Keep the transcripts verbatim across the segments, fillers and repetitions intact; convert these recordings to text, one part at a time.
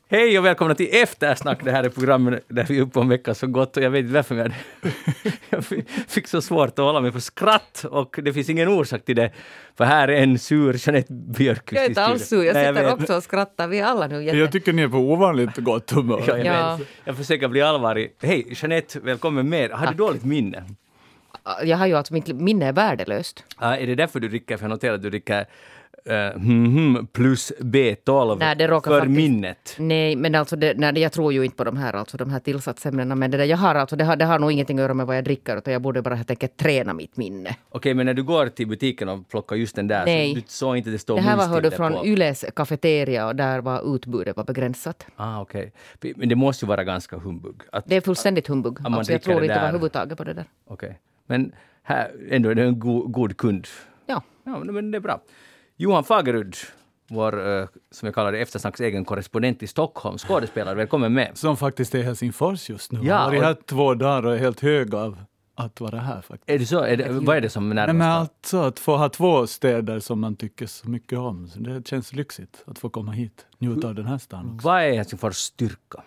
Hej och välkomna till Eftersnack. Det här är programmet där vi är uppe om veckan så gott och jag vet inte varför jag, jag fick så svårt att hålla mig för skratt och det finns ingen orsak till det. För här är en sur Jeanette Björkqvist. Jag är inte alls sur, jag sitter Nej, jag också och skrattar. Vi alla nu. Jätte... Jag tycker ni är på ovanligt gott humör. Ja, jag, ja. jag försöker bli allvarlig. Hej Jeanette, välkommen med. Har du dåligt minne? Jag har ju alltså, mitt minne är värdelöst. Ja, är det därför du dricker? För jag noterar att du dricker Uh, mm, plus B tolv nej, det för faktiskt, minnet. Nej, men alltså det, nej, jag tror ju inte på de här, alltså, de här tillsatsämnena. Men det, där, jag har, alltså, det, har, det har nog ingenting att göra med vad jag dricker. Utan jag borde bara helt enkelt träna mitt minne. Okej, okay, men när du går till butiken och plockar just den där nej. så du såg inte det står det här var hörde från på. Yles kafeteria och där var utbudet var begränsat. Ah, okej. Okay. Men det måste ju vara ganska humbug. Att, det är fullständigt humbug. Alltså, jag tror inte överhuvudtaget på det där. Okej, okay. Men här ändå är det en go- god kund. Ja. Ja, men det är bra. Johan Fagerud, vår, uh, som jag kallar det, Eftersnacks egen korrespondent i Stockholm, skådespelare, välkommen med. Som faktiskt är i Helsingfors just nu. Ja, jag har varit här två dagar och är helt hög av att vara här faktiskt. Är det så? Är det, vad är det som närmast? Nej, men alltså att få ha två städer som man tycker så mycket om. Så det känns lyxigt att få komma hit, njuta av den här stan också. Vad är Helsingfors styrka?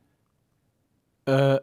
Uh,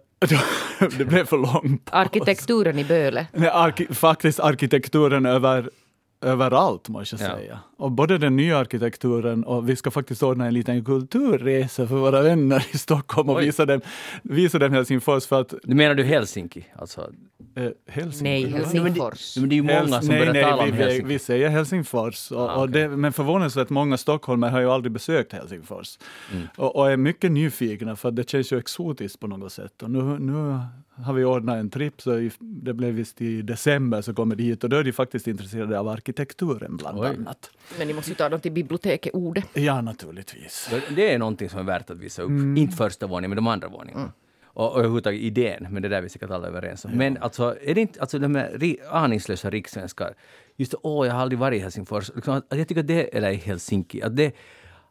det blev för långt. Arkitekturen i Böle. Nej, arki- faktiskt arkitekturen över överallt måste jag säga. Ja. Och både den nya arkitekturen och vi ska faktiskt ordna en liten kulturresa för våra vänner i Stockholm och Oj. visa dem, visa dem Helsingfors för att... Du menar du Helsinki? Alltså... Eh, Helsinki? Nej, Helsingfors. Men det, men det är ju många Hels- som nej, börjar nej, tala vi, om Helsingfors. Vi säger Helsingfors. Och, ah, okay. och det, men förvånansvärt många stockholmare har ju aldrig besökt Helsingfors. Mm. Och, och är mycket nyfikna för det känns ju exotiskt på något sätt. Och nu, nu har vi ordnat en trip så i, det blev visst i december så kommer de hit och då är de faktiskt intresserade av arkitekturen bland Oj. annat. Men ni måste ju ta dem till biblioteket Ode. Ja, naturligtvis. Det är någonting som är värt att visa upp. Mm. Inte första våningen men de andra våningarna. Mm. Och, och överhuvudtaget idén, men det där vi säkert alla överens om. Ja. Men alltså, är det inte, alltså de här ri, aningslösa rikssvenskar, just det, åh, jag har aldrig varit i Helsingfors. Liksom, jag tycker att det, eller i Helsinki, att det,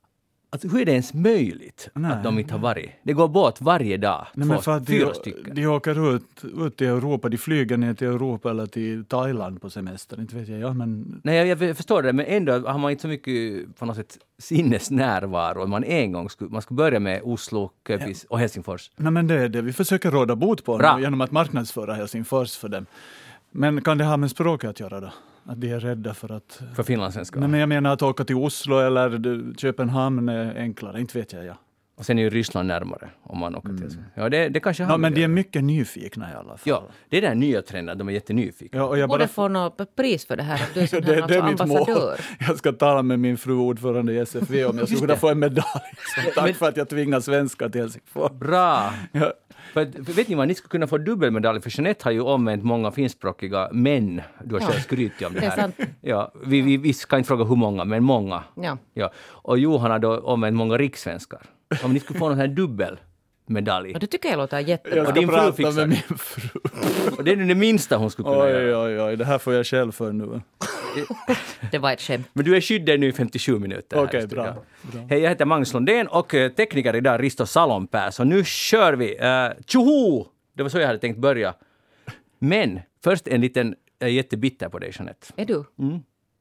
att hur är det ens möjligt nej, att de inte har varit? Det går båt varje dag, nej, två, men för att fyra de, stycken. De åker ut, ut till Europa, de flyger ner till Europa eller till Thailand på semester, inte vet jag. Ja, men... Nej, jag, jag förstår det, men ändå har man inte så mycket på något sätt sinnesnärvaro. Man en gång skulle, man skulle börja med Oslo, Köpis ja. och Helsingfors. Nej, men det är det vi försöker råda bot på nu, genom att marknadsföra Helsingfors för dem. Men kan det ha med språket att göra då? Att de är rädda för att... För finlandssvenskar? Nej, men jag menar att åka till Oslo eller Köpenhamn är enklare, inte vet jag, ja. Och sen är ju Ryssland närmare om man åker till. Mm. Ja, det, det kanske har ja, men de är mycket nyfikna i alla fall. Ja, det är den nya trenden, de är jättenyfikna. Ja, och jag bara... borde få något pris för det här, att du är sån här det, alltså det är mitt ambassadör. Mål. Jag ska tala med min fru ordförande i S F V om jag skulle kunna få en medalj. Så tack men... för att jag tvingar svenskar till Helsingfors. Bra! Ja. För, för vet ni vad, ni skulle kunna få dubbelmedalj, för Jeanette har ju omvänt många finskspråkiga män. Du har ja. själv skrytit om det här. Det är sant. Ja, vi, vi, vi ska inte fråga hur många, men många. Ja. Ja. Och Johan har då omvänt många rikssvenskar. Om ni skulle få någon här dubbelmedalj. Och det tycker jag låter jättebra. Jag ska och prata fixar. med min fru. Och det är det minsta hon skulle kunna oj, göra. Oj, oj, det här får jag själv för nu. Det var ett skämt. Men du är skyddad nu i femtiosju minuter. Okej, okay, bra, bra. Hej, jag heter Magnus Lundén och tekniker idag Risto Salonpää. Så nu kör vi. Uh, tjoho! Det var så jag hade tänkt börja. Men först en liten uh, jättebitter på dig, Jeanette. Är du? Mm.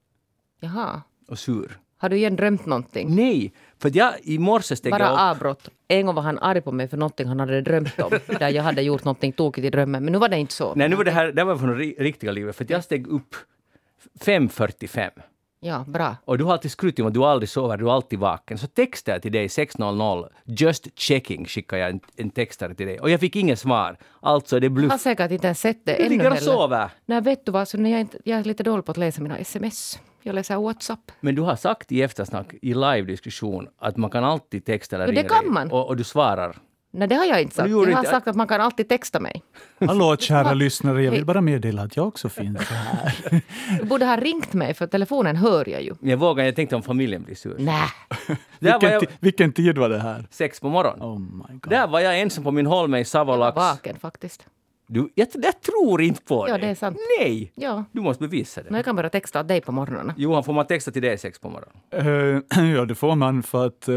Jaha. Och sur. Har du igen drömt någonting? Nej, för att jag i morse steg Bara jag upp... avbrott. En gång var han arg på mig för någonting han hade drömt om. Där jag hade gjort någonting tokigt i drömmen. Men nu var det inte så. Nej, nu var det här, det var från riktiga livet. För att jag steg upp fem fyrtiofem. Ja, bra. Och du har alltid skrutit om att du aldrig sover, du är alltid vaken. Så textar jag till dig sex noll noll, just checking, skickar jag en, en textare till dig. Och jag fick inget svar. Alltså, det är bluff. Jag har säkert inte ens sett det du ännu heller. Du ligger och sover. Nej, vet du vad? Så när jag, inte, jag är lite dålig på att läsa mina sms. Jag läser WhatsApp. Men du har sagt i eftersnack, i live-diskussion, att man kan alltid texta eller ringa dig. Det kan man. Och, och du svarar. Nej, det har jag inte sagt. Jag har inte... sagt att man kan alltid texta mig. Hallå, kära lyssnare. Jag vill bara meddela att jag också finns här. Du borde ha ringt mig, för telefonen hör jag ju. Jag vågar, jag tänkte om familjen blir sur. Nej. vilken, jag... t- vilken tid var det här? Sex på morgonen. Oh my God. Där var jag ensam på min holme i Savolax. Jag var vaken faktiskt. Du, jag, jag tror inte på det. Ja, det är sant. Nej, ja. Du måste bevisa det. Men jag kan bara texta dig på morgonen. Johan, får man texta till dig sex på morgonen? Uh, ja, det får man för att... Uh,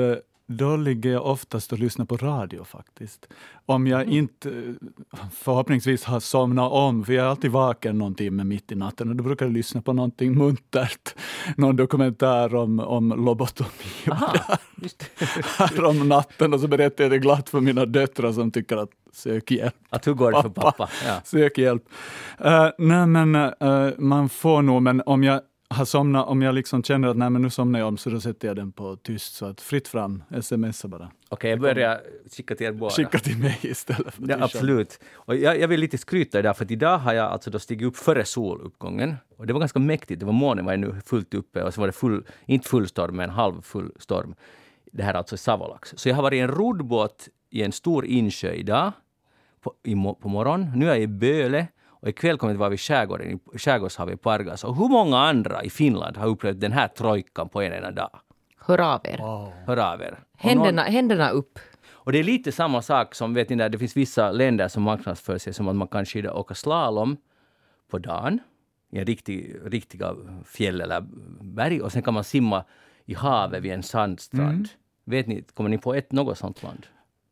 då ligger jag oftast och lyssnar på radio faktiskt. Om jag mm. inte förhoppningsvis har somnat om, för jag är alltid vaken någon timme mitt i natten och då brukar jag lyssna på någonting muntert. Någon dokumentär om, om lobotomi. Aha, just här om natten och så berättar jag det glatt för mina döttrar som tycker att sök hjälp. Att hur går det för pappa? Ja. Sök hjälp. Uh, nej men uh, man får nog, men om jag har somnat, om jag liksom känner att nej men nu somnar jag om så då sätter jag den på tyst så att fritt fram, smsa bara. Okej, okay, jag börjar skicka till er båda. Skicka till mig istället för ja, absolut. Och jag, jag vill lite skryta idag för att idag har jag alltså då stigit upp före soluppgången och det var ganska mäktigt. Det var månen var nu fullt uppe och så var det full, inte full storm men halv full storm. Det här är alltså i Savolax. Så jag har varit i en roddbåt i en stor insjö idag på, i, på morgon. Nu är jag i Böle. Och ikväll kommer det vara vid skärgården, i skärgårdshavet i Pargas. Och hur många andra i Finland har upplevt den här trojkan på en enda dag? Hör av er. Wow. Hör av er. Händerna, någon... händerna upp. Och det är lite samma sak som, vet ni, där det finns vissa länder som marknadsför sig som att man kan skida åka slalom på dagen i en riktig, riktiga fjäll eller berg. Och sen kan man simma i havet vid en sandstrand. Mm. Vet ni, kommer ni på ett något sånt land?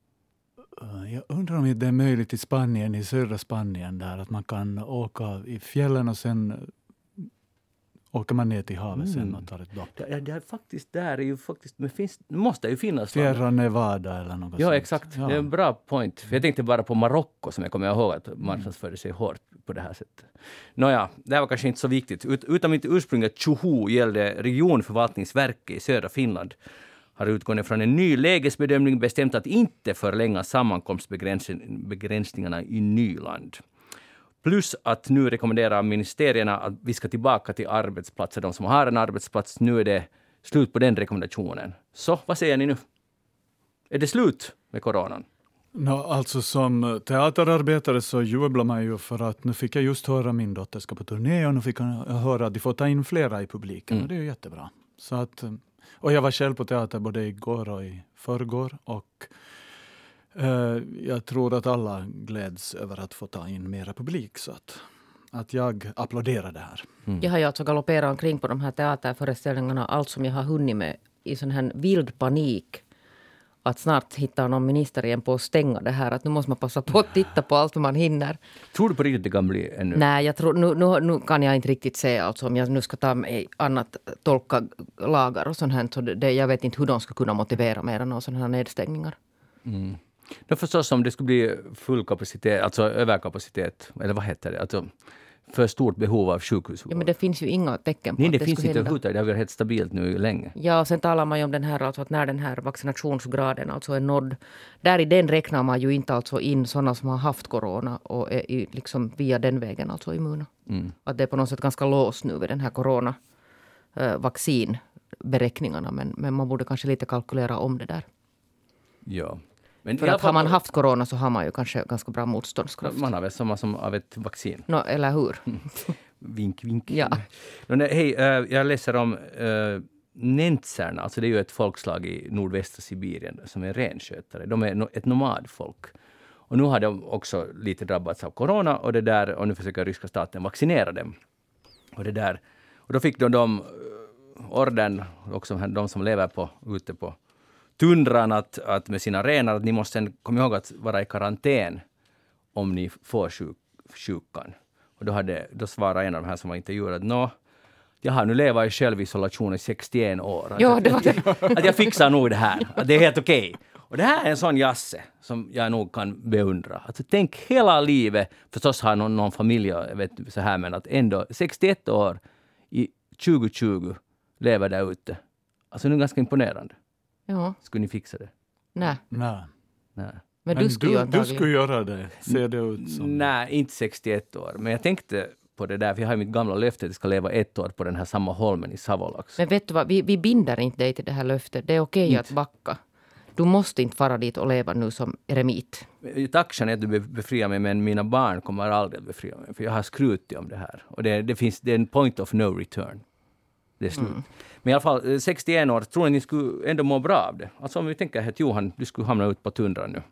Jag undrar om det är möjligt i Spanien, i södra Spanien där att man kan åka i fjällen och sen åker man ner till havet mm. sen och tar ett dopp. Ja, det är faktiskt där är ju faktiskt, men finns, måste ju finnas. Sierra Nevada eller något ja, sånt. Exakt. Ja, exakt. Det är en bra point. För jag tänkte bara på Marocko som jag kommer ihåg att marknadsförde sig hårt på det här sättet. Nåja, det här var kanske inte så viktigt. Ut, utan mitt ursprungliga tjoho gällde regionförvaltningsverket i södra Finland. Har utgående från en ny lägesbedömning bestämt att inte förlänga sammankomstbegränsningarna i Nyland. Plus att nu rekommenderar ministerierna att vi ska tillbaka till arbetsplatser. De som har en arbetsplats, nu är det slut på den rekommendationen. Så, vad säger ni nu? Är det slut med coronan? No, alltså som teaterarbetare så jublar man ju för att nu fick jag just höra min dotter ska på turné och nu fick jag höra att de får ta in flera i publiken. Mm. Och det är ju jättebra. Så att... Och jag var själv på teater både igår och i förrgår och eh, jag tror att alla gläds över att få ta in mera publik så att, att jag applåderar det här. Mm. Jag har ju alltså galopperat omkring på de här teaterföreställningarna allt som jag har hunnit med i sån här vild panik att snart hittar någon minister igen på att stänga det här. Att nu måste man passa på att titta på allt man hinner. Tror du på riktigt det kan bli ännu? Nej, jag tror, nu, nu, nu kan jag inte riktigt säga. Alltså, om jag nu ska ta mig annat tolka lagar och sånt här. Så det, jag vet inte hur de ska kunna motivera mer än sådana här nedstängningar. Mm. Då förstås om det skulle bli full kapacitet, alltså överkapacitet, eller vad heter det? Alltså för stort behov av sjukhusvård. Ja, men det finns ju inga tecken på Nej, att det, det finns skulle inte hända. överhuvudtaget. Det har varit helt stabilt nu länge. Ja, och sen talar man ju om den här, alltså att när den här vaccinationsgraden alltså är nådd. Där i den räknar man ju inte alltså in sådana som har haft corona och är i, liksom via den vägen alltså immuna. Mm. Att det är på något sätt ganska låst nu vid den här coronavaccinberäkningarna. Men, men man borde kanske lite kalkylera om det där. Ja. Men för att har man haft corona så har man ju kanske ganska bra motståndskraft. Man har väl samma som av ett vaccin. No, eller hur? Vink, vink. Ja. No, nej, hej, uh, jag läser om uh, nentserna. Alltså det är ju ett folkslag i nordvästra Sibirien som är renskötare. De är no, ett nomadfolk. Och nu har de också lite drabbats av corona och det där, och nu försöker ryska staten vaccinera dem. Och det där. Och då fick de, de uh, orden, också de som lever på, ute på tundran att, att med sina renar att ni måste komma ihåg att vara i karantän om ni får sjuk, sjukan. Och då, hade, då svarade en av de här som var intervjuad nå, jag har nu levat i självisolation i sextioen år. Att, ja, det var det. Att, att jag fixar nog det här. Att det är helt okej. Okay. Och det här är en sån jasse som jag nog kan beundra. Alltså tänk hela livet, förstås har någon, någon familj, jag vet så här, men att ändå sextioett år i tjugo tjugo lever där ute. Alltså det är ganska imponerande. Ja. Skulle ni fixa det? Nej. Nej. Nej. Men, men du, skulle du, du skulle göra det, ser det ut som. Nej, inte sextioett år. Men jag tänkte på det där, för jag har mitt gamla löfte att jag ska leva ett år på den här samma holmen i Savolax. Men vet du vad, vi, vi binder inte dig till det här löftet. Det är okej okay att backa. Du måste inte fara dit och leva nu som eremit. Tack Jeanette, att du befriar mig, men mina barn kommer aldrig att befria mig. För jag har skrutit om det här. Och det, det, finns, det är en point of no return. Det är slut. Mm. Men i alla fall, sextioen år, tror ni skulle ändå må bra av det? Alltså om vi tänker att Johan, du skulle hamna ut på tundran nu.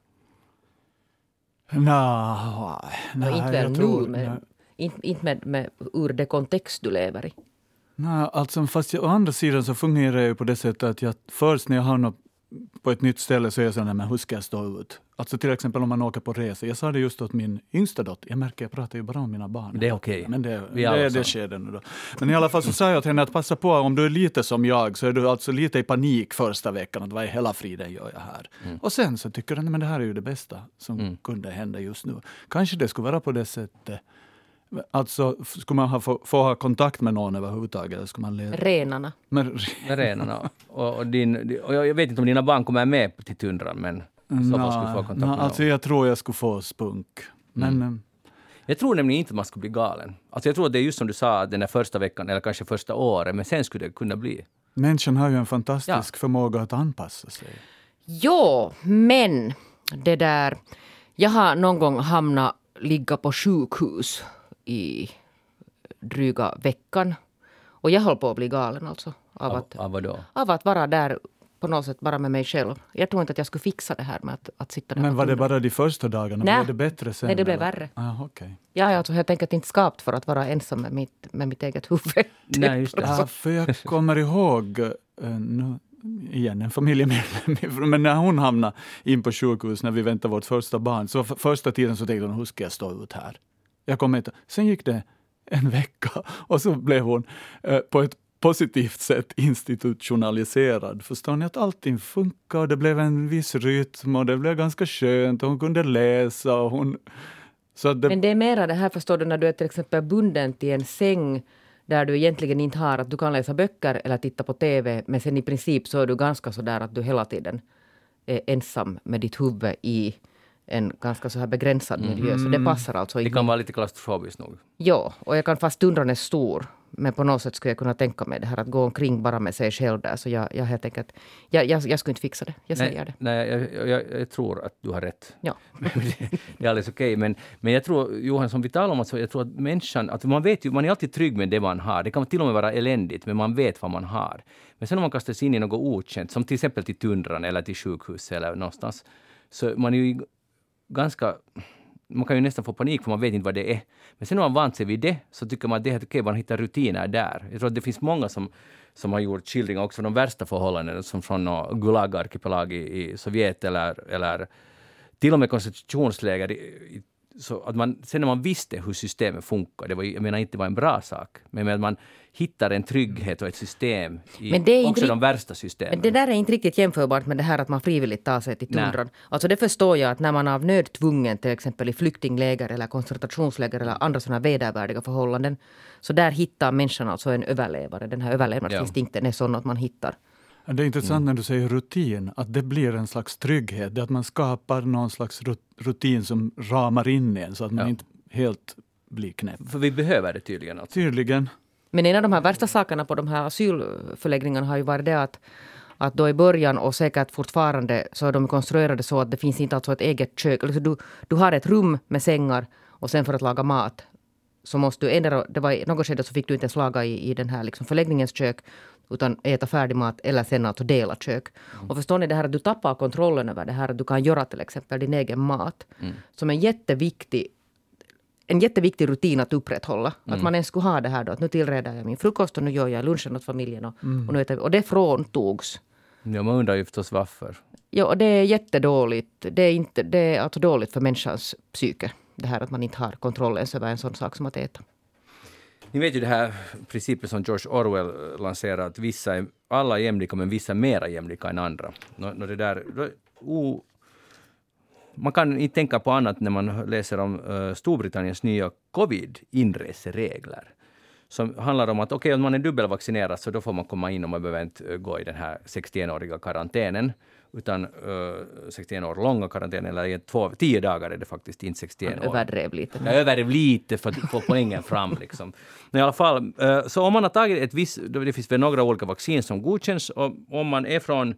Nej, nej, inte väl jag tror, nu, men inte, inte med, med ur det kontext du lever i. Nej, alltså fast jag, å andra sidan så fungerar jag ju på det sättet att jag först när jag hamnar på ett nytt ställe så är jag så här, men hur ska jag stå ut? Alltså till exempel om man åker på resa. Jag sa det just åt min yngsta dotter. Jag märker, jag pratar ju bara om mina barn. Det är okej. Okay. Men det, det är det sker nu då. Men i alla fall så sa jag till henne att passa på, om du är lite som jag så är du alltså lite i panik första veckan. Att vad i hela friden gör jag här? Mm. Och sen så tycker den, men det här är ju det bästa som mm. kunde hända just nu. Kanske det skulle vara på det sättet. Alltså, skulle man ha, få, få ha kontakt med någon överhuvudtaget? Eller skulle man leda? Renarna. Men, med renarna. Och, och, din, och jag vet inte om dina barn kommer med till tundran, men i så fall skulle få kontakt med någon. Alltså jag tror jag skulle få spunk. Men, mm. Jag tror nämligen inte att man skulle bli galen. Alltså jag tror att det är just som du sa, den där första veckan eller kanske första året, men sen skulle det kunna bli. Människan har ju en fantastisk ja. förmåga att anpassa sig. Jo, men det där, jag har någon gång hamnat ligga på sjukhus i dryga veckan. Och jag håller på att bli galen alltså. Av, av, att, av vad då? Av att vara där på något sätt bara med mig själv. Jag tror inte att jag skulle fixa det här med att, att sitta där. Men var det bara de första dagarna? Nej. Blev det bättre sen? Nej, det blev värre. Ah, okay. Ja, alltså, jag tänker att det inte är skapt för att vara ensam med mitt, med mitt eget huvud. Nej, just det. Ja, för jag kommer ihåg uh, nu, igen en familjemedlem, men när hon hamnade in på sjukhus när vi väntade vårt första barn, så för, första tiden så tänkte hon, hur ska jag stå ut här? Jag kommer inte. Sen gick det en vecka och så blev hon uh, på ett positivt sätt institutionaliserad. Förstår ni att allting funkar och det blev en viss rytm och det blev ganska skönt och hon kunde läsa och hon... Så det... Men det är mera det här, förstår du, när du är till exempel bunden till en säng där du egentligen inte har att du kan läsa böcker eller titta på tv, men sen i princip så är du ganska så där att du hela tiden är ensam med ditt huvud i en ganska så här begränsad miljö. Mm. Så det passar alltså inte. Det kan vara lite klaustrofobiskt nog. Ja, och jag kan fast undran är stor. Men på något sätt skulle jag kunna tänka mig det här att gå omkring bara med sig själv där. Så jag, jag helt enkelt, jag, jag, jag skulle inte fixa det. Jag nej, säger det. Nej, jag, jag, jag tror att du har rätt. Ja. det, det är alldeles okej. Okay. Men, men jag tror, Johan, som vi talar om, alltså, jag tror att människan, att man vet ju, man är alltid trygg med det man har. Det kan till och med vara eländigt, men man vet vad man har. Men sen om man kastar sig in i något okänt, som till exempel till tundran eller till sjukhus eller någonstans, så man är ju ganska... Man kan ju nästan få panik för man vet inte vad det är. Men sen när man vant sig vid det så tycker man att det är okej, okay, man hittar rutiner där. Jag tror att det finns många som, som har gjort skildringar också från de värsta förhållandena, som från Gulag-arkipelag i, i Sovjet eller, eller till och med koncentrationsläger. I, i, så att man, sen när man visste hur systemet funkar, det var, jag menar inte det var en bra sak, men att man hittar en trygghet och ett system i men det är också inte, de värsta systemen. Men det där är inte riktigt jämförbart med det här att man frivilligt tar sig till tundran. Alltså det förstår jag att när man av nöd tvungen till exempel i flyktingläger eller koncentrationsläger eller andra sådana vedervärdiga förhållanden, så där hittar människan alltså en överlevare. Den här överlevnadsinstinkten är sån att man hittar. Det är intressant mm. när du säger rutin, att det blir en slags trygghet. Det är att man skapar någon slags rutin som ramar in en så att man ja. inte helt blir knäpp. För vi behöver det tydligen. Alltså. Tydligen. Men en av de här värsta sakerna på de här asylförläggningarna har ju varit det att, att då i början och säkert fortfarande så är de konstruerade så att det finns inte alltså ett eget kök. Alltså du, du har ett rum med sängar och sen för att laga mat så måste du ändra, det var i något skede så fick du inte ens laga i, i den här liksom förläggningens kök utan äta färdig mat eller sen alltså dela kök. Mm. Och förstår ni det här att du tappar kontrollen över det här att du kan göra till exempel din egen mat mm. som en jätteviktig en jätteviktig rutin att upprätthålla. Mm. Att man ens skulle ha det här då. Att nu tillreder jag min frukost och nu gör jag lunchen åt familjen. Och, mm. och, nu äter vi. Och det fråntogs. Ja, man undrar ju förstås varför. Ja, och det är jättedåligt. Det är, inte, det är alltså dåligt för människans psyke. Det här att man inte har kontroll ens över en sån sak som att äta. Ni vet ju det här principen som George Orwell lanserar. Att vissa är, alla är jämlika men vissa är mera jämlika än andra. Nå, nå det där... Oh, man kan inte tänka på annat när man läser om uh, Storbritanniens nya covid-inreseregler. Som handlar om att okej, okay, om man är dubbelvaccinerad så då får man komma in och man behöver inte uh, gå i den här sextioenåriga karantänen. Utan uh, sextioen år långa karantän, eller två, tio dagar är det faktiskt, inte sextioen år. Överdrev lite. Jag överdrev lite för att få poängen fram. Liksom. Men i alla fall, uh, så om man har tagit ett visst, det finns väl några olika vaccin som godkänns, och om man är från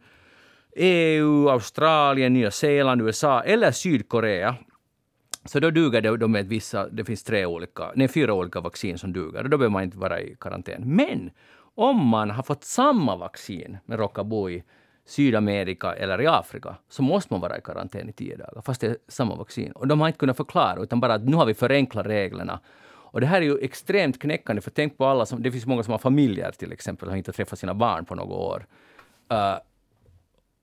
E U, Australien, Nya Zeeland, U S A eller Sydkorea, så då duger det, de med vissa, det finns tre olika, nej, fyra olika vaccin som duger, och då behöver man inte vara i karantän. Men om man har fått samma vaccin med råkar bo i Sydamerika eller i Afrika, så måste man vara i karantän i tio dagar, fast det är samma vaccin. Och de har inte kunnat förklara, utan bara att nu har vi förenklat reglerna. Och det här är ju extremt knäckande, för tänk på alla som, det finns många som har familjer till exempel, har inte träffat sina barn på några år. Uh,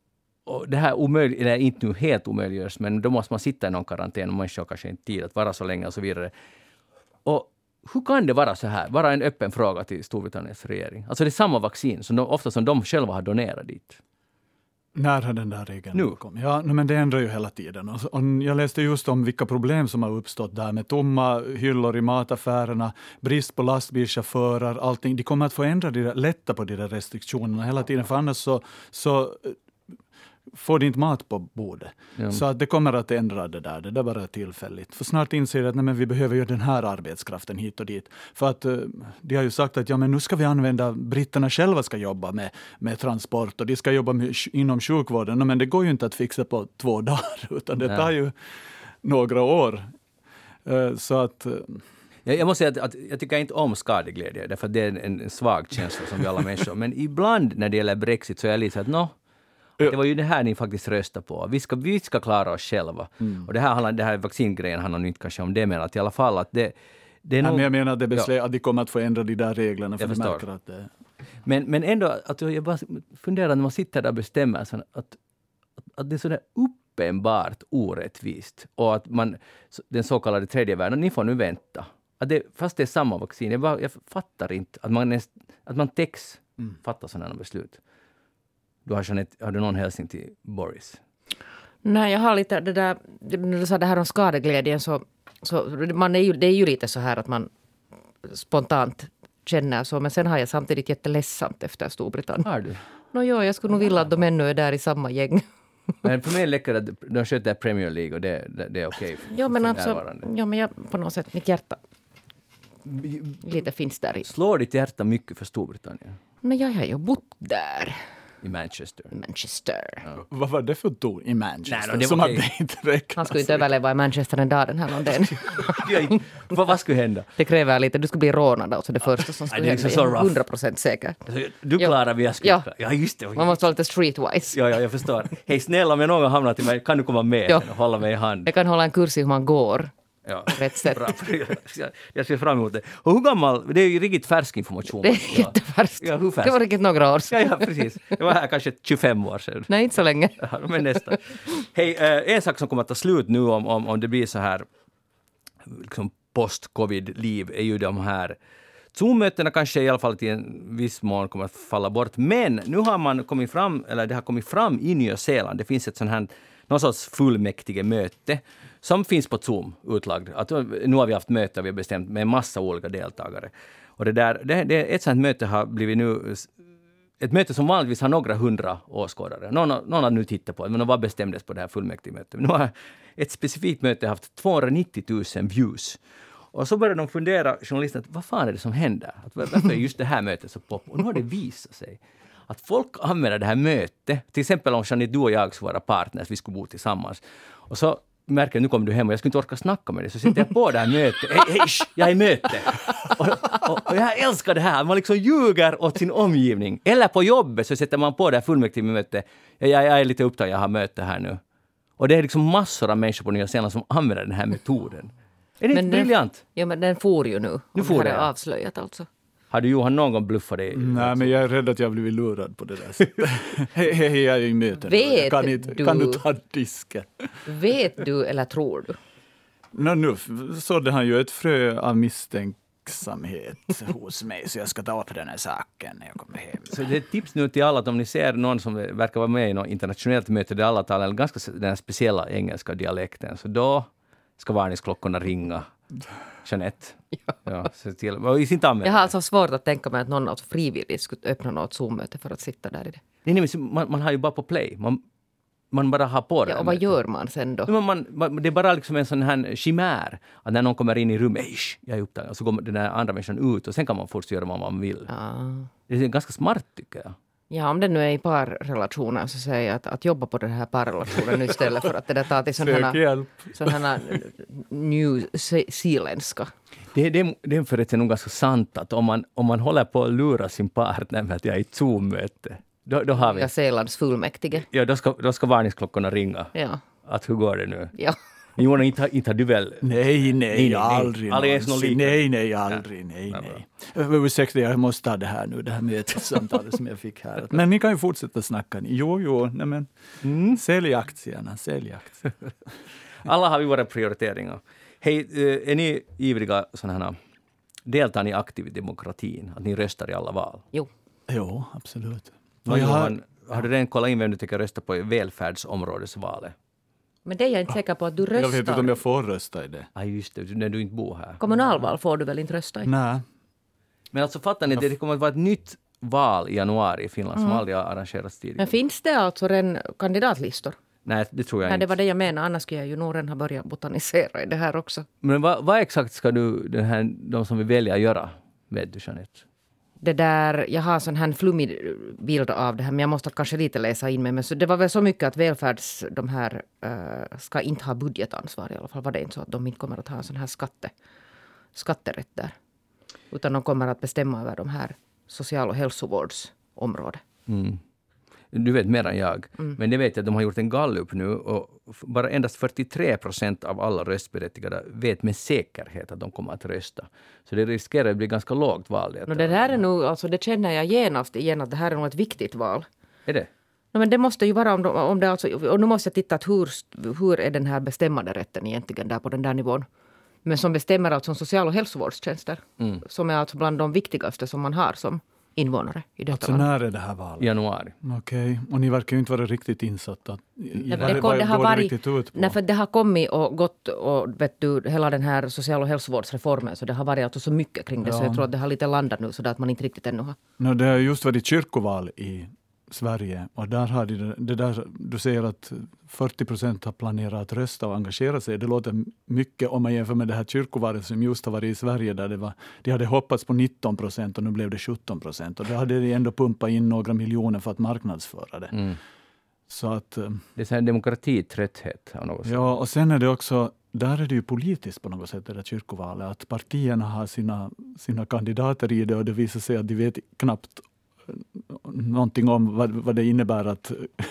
och det här omöjligt, eller inte nu helt omöjliggörs, men då måste man sitta i någon karantän och man har kanske inte tid att vara så länge och så vidare. Och hur kan det vara så här? Bara en öppen fråga till Storbritanniens regering. Alltså det är samma vaccin, som de, ofta som de själva har donerat dit. När har den där regeln nu kommit? Ja, men det ändrar ju hela tiden. Och, och jag läste just om vilka problem som har uppstått där med tomma hyllor i mataffärerna, brist på lastbilschaufförer, allting. De kommer att få ändra de där, lätta på de där restriktionerna hela tiden, för annars så, så får de inte mat på bordet. Ja. Så att det kommer att ändra det där. Det där bara är tillfälligt. För snart inser jag att nej, men vi behöver ju den här arbetskraften hit och dit. För att uh, de har ju sagt att ja, men nu ska vi använda, britterna själva ska jobba med, med transport och de ska jobba med, inom sjukvården. No, men det går ju inte att fixa på två dagar, utan det nej. tar ju några år. Uh, så att... Uh, Jag, jag måste säga att, att jag tycker inte om skadeglädje, därför att det är en, en svag känsla som vi alla människor. Men ibland när det gäller Brexit så är jag lite så att no, det var ju det här ni faktiskt röstade på. Vi ska, vi ska klara oss själva. Mm. Och det här, det här vaccingrejen handlar inte kanske om det, men att i alla fall att det, det är nog... nog... Men jag menar att, det beslä... ja. att de kommer att få ändra de där reglerna. För jag förstår. Märker att det... men, men ändå, att jag bara funderar när man sitter där och bestämmer så att, att, att det är sådär uppenbart orättvist. Och att man, den så kallade tredje världen, ni får nu vänta. Att det, fast det är samma vaccin. Jag, bara, jag fattar inte att man, näst, att man täcks mm. fattar sådana beslut. Du har, Jeanette, har du någon hälsning till Boris? Nej, jag har lite det där, när du sa det här om skadeglädjen så, så man är ju, det är ju lite så här att man spontant känner så, men sen har jag samtidigt jätteledsamt efter Storbritannien. Har du? Nå jo, jag skulle nog vilja att de ännu är där i samma gäng. Men för mig är det läckert att de sköter Premier League och det, det, det är okej. Okay ja, men alltså, ja, men jag, på något sätt, mitt hjärta lite finns där i. Slår ditt hjärta mycket för Storbritannien? Nej, jag har ju bott där. I Manchester. I Manchester. Ja. Vad var det för ton i Manchester? Nej, no, som okay. att det inte räknas. Han skulle inte överleva i Manchester en dag den här London. vad, vad skulle hända? Det kräver lite. Du skulle bli rånad. Alltså det första som skulle hända. Jag är hundra procent säker. Du klarar vi ja. ja, just det. Man måste vara lite streetwise. Ja, ja, jag förstår. Hej, snälla, om jag någon hamnar till mig, kan du komma med ja. och hålla mig i hand? Jag kan hålla en kurs i hur man går. Ja, rätt sätt. Bra. Jag ser fram emot det. Och hur gammal, det är ju riktigt färsk information. Det är jättefärskt. Ja, hur färsk? Det var riktigt några år sedan. Ja, ja, precis. Det var här kanske tjugofem år sedan. Nej, inte så länge. Ja, men nästa. Hej, en sak som kommer att ta slut nu om, om, om det blir så här liksom post-covid-liv är ju de här Zoom-mötena kanske i alla fall till en viss mån kommer att falla bort. Men nu har man kommit fram, eller det har kommit fram i Nya Zeeland. Det finns ett sånt här, någon sorts fullmäktige möte som finns på Zoom utlagd. Att nu har vi haft möte och vi har bestämt med en massa olika deltagare. Och det där, det, det, ett sånt möte har blivit nu ett möte som vanligtvis har några hundra åskådare. Någon, någon har nu tittat på det, men vad bestämdes på det här fullmäktigemötet? Nu har ett specifikt möte haft tvåhundranittio tusen views. Och så började de fundera, journalisterna, vad fan är det som händer? Att varför är just det här mötet så pop? Och nu har det visat sig att folk använder det här mötet, till exempel om Jeanette, du och jag skulle vara partners, vi skulle bo tillsammans. Och så märker jag, nu kommer du hem och jag skulle inte orka snacka med dig, så sitter jag på det här mötet. Hej, hej, jag är i möte. Och, och, och jag älskar det här, man liksom ljuger åt sin omgivning. Eller på jobbet så sätter man på det här fullmäktigemötet. Jag, jag, jag är lite upptagen, jag har möte här nu. Och det är liksom massor av människor på Nya Zeeland som använder den här metoden. Är det men inte briljant? Den, ja, men den får ju nu. Nu får det. Är avslöjat alltså. Har du Johan någon gång bluffat dig? Nej, men jag är rädd att jag har blivit lurad på det där sättet. Hej, hej, jag är i möten. Vet kan, inte, du, kan du ta disken? Vet du eller tror du? No, nu sådde han ju ett frö av misstänksamhet hos mig, så jag ska ta upp den här saken när jag kommer hem. Så det är ett tips nu till alla att om ni ser någon som verkar vara med i något internationellt möte där alla talar ganska den här speciella engelska dialekten, så då ska varningsklockorna ringa. Jeanette. Ja. Ja, se till. Och i sin jag har alltså svårt att tänka mig att någon alltså frivilligt skulle öppna något Zoom-möte för att sitta där i det. Nej, nej, man, man har ju bara på play. Man, man bara har på det. Ja, och vad gör man sen då? Man, man, man, det är bara liksom en sån här chimär. Att när någon kommer in i rummet, jag är upptagen, och så går den där andra människan ut och sen kan man först göra vad man vill. Ja. Det är ganska smart tycker jag. Ja, om det nu är i parrelationer så säger jag att, att jobba på den här parrelationen istället för att det där tar till sådana här New Zealändska. Det, det, det är förresten nog ganska sant att om man, om man håller på att lura sin partner med att jag är i ett Zoom-möte, då, då har vi... Ja, Zeelands fullmäktige. Ja, då ska, då ska varningsklockorna ringa. Ja. Att hur går det nu? Ja. Johan, inte, inte har du väl... Nej, nej, nej, nej aldrig. Aldrig ens någon liten. Nej, nej, aldrig. Nej, nej. nej. Ursäkta, jag måste ta det här nu, det här mötessamtalet som jag fick här. Men ni kan ju fortsätta snacka. Jo, jo, nej men. Mm. Sälj aktierna, sälj aktierna. Alla har vi våra prioriteringar. Hej, är ni ivriga sådana här... Deltar ni aktivt i demokratin? Att ni röstar i alla val? Jo. Jo, absolut. Och jag har, har du redan kollat in vem du tycker rösta på i välfärdsområdesvalet? Men det är jag inte säker på att du röstar. Jag vet inte om jag får rösta i det. Ja, just det, när du inte bor här. Kommunalval får du väl inte rösta i? Nej. Men alltså fattar ni, det kommer att vara ett nytt val i januari i Finland mm. som aldrig har arrangerats tidigare. Men finns det alltså redan kandidatlistor? Nej, det tror jag Nej, inte. det var det jag menar, annars skulle jag ju nog redan ha börjat botanisera i det här också. Men vad, vad exakt ska du, den här, de som vi väljer göra, vet du, Jeanette? Det där, jag har en sån här flummig bild av det här, men jag måste kanske lite läsa in mig. Men så det var väl så mycket att välfärds, de här, uh, ska inte ha budgetansvar i alla fall. Var det inte så att de inte kommer att ha en sån här skatte, skatterätt där? Utan de kommer att bestämma över de här social- och hälsovårdsområdet. Mm. Du vet mer än jag. Mm. Men det vet jag att de har gjort en gallup nu och bara endast fyrtiotre procent av alla röstberättigade vet med säkerhet att de kommer att rösta. Så det riskerar att bli ganska lågt val. No, det här är nog, alltså det känner jag genast igen att det här är nog ett viktigt val. Är det? No, men det måste ju vara om, de, om det alltså, och nu måste jag titta att hur, hur är den här bestämmande rätten egentligen där på den där nivån. Men som bestämmer alltså om social- och hälsovårdstjänster. Mm. Som är alltså bland de viktigaste som man har som invånare i detta alltså land. När är det här valet? Januari. Okej, okay. Och ni verkar ju inte vara riktigt insatta. Nej, det, det, det har varit, det nej, för det har kommit och gått och vet du, hela den här social- och hälsovårdsreformen, så det har varit alltså så mycket kring det, ja. Så jag tror att det har lite landat nu så att man inte riktigt ännu har. No, det har just varit kyrkoval i Sverige och där har det, det där, du säger att fyrtio procent har planerat att rösta och engagera sig. Det låter mycket om man jämför med det här kyrkovalet som just har varit i Sverige där det var, de hade hoppats på nitton procent och nu blev det sjutton procent och då hade de ändå pumpat in några miljoner för att marknadsföra det. Mm. Så att, det är så en demokratitrötthet av något sätt. Ja, och sen är det också, där är det ju politiskt på något sätt det där kyrkovalet, att partierna har sina, sina kandidater i det och det visar sig att de vet knappt någonting om vad, vad det innebär att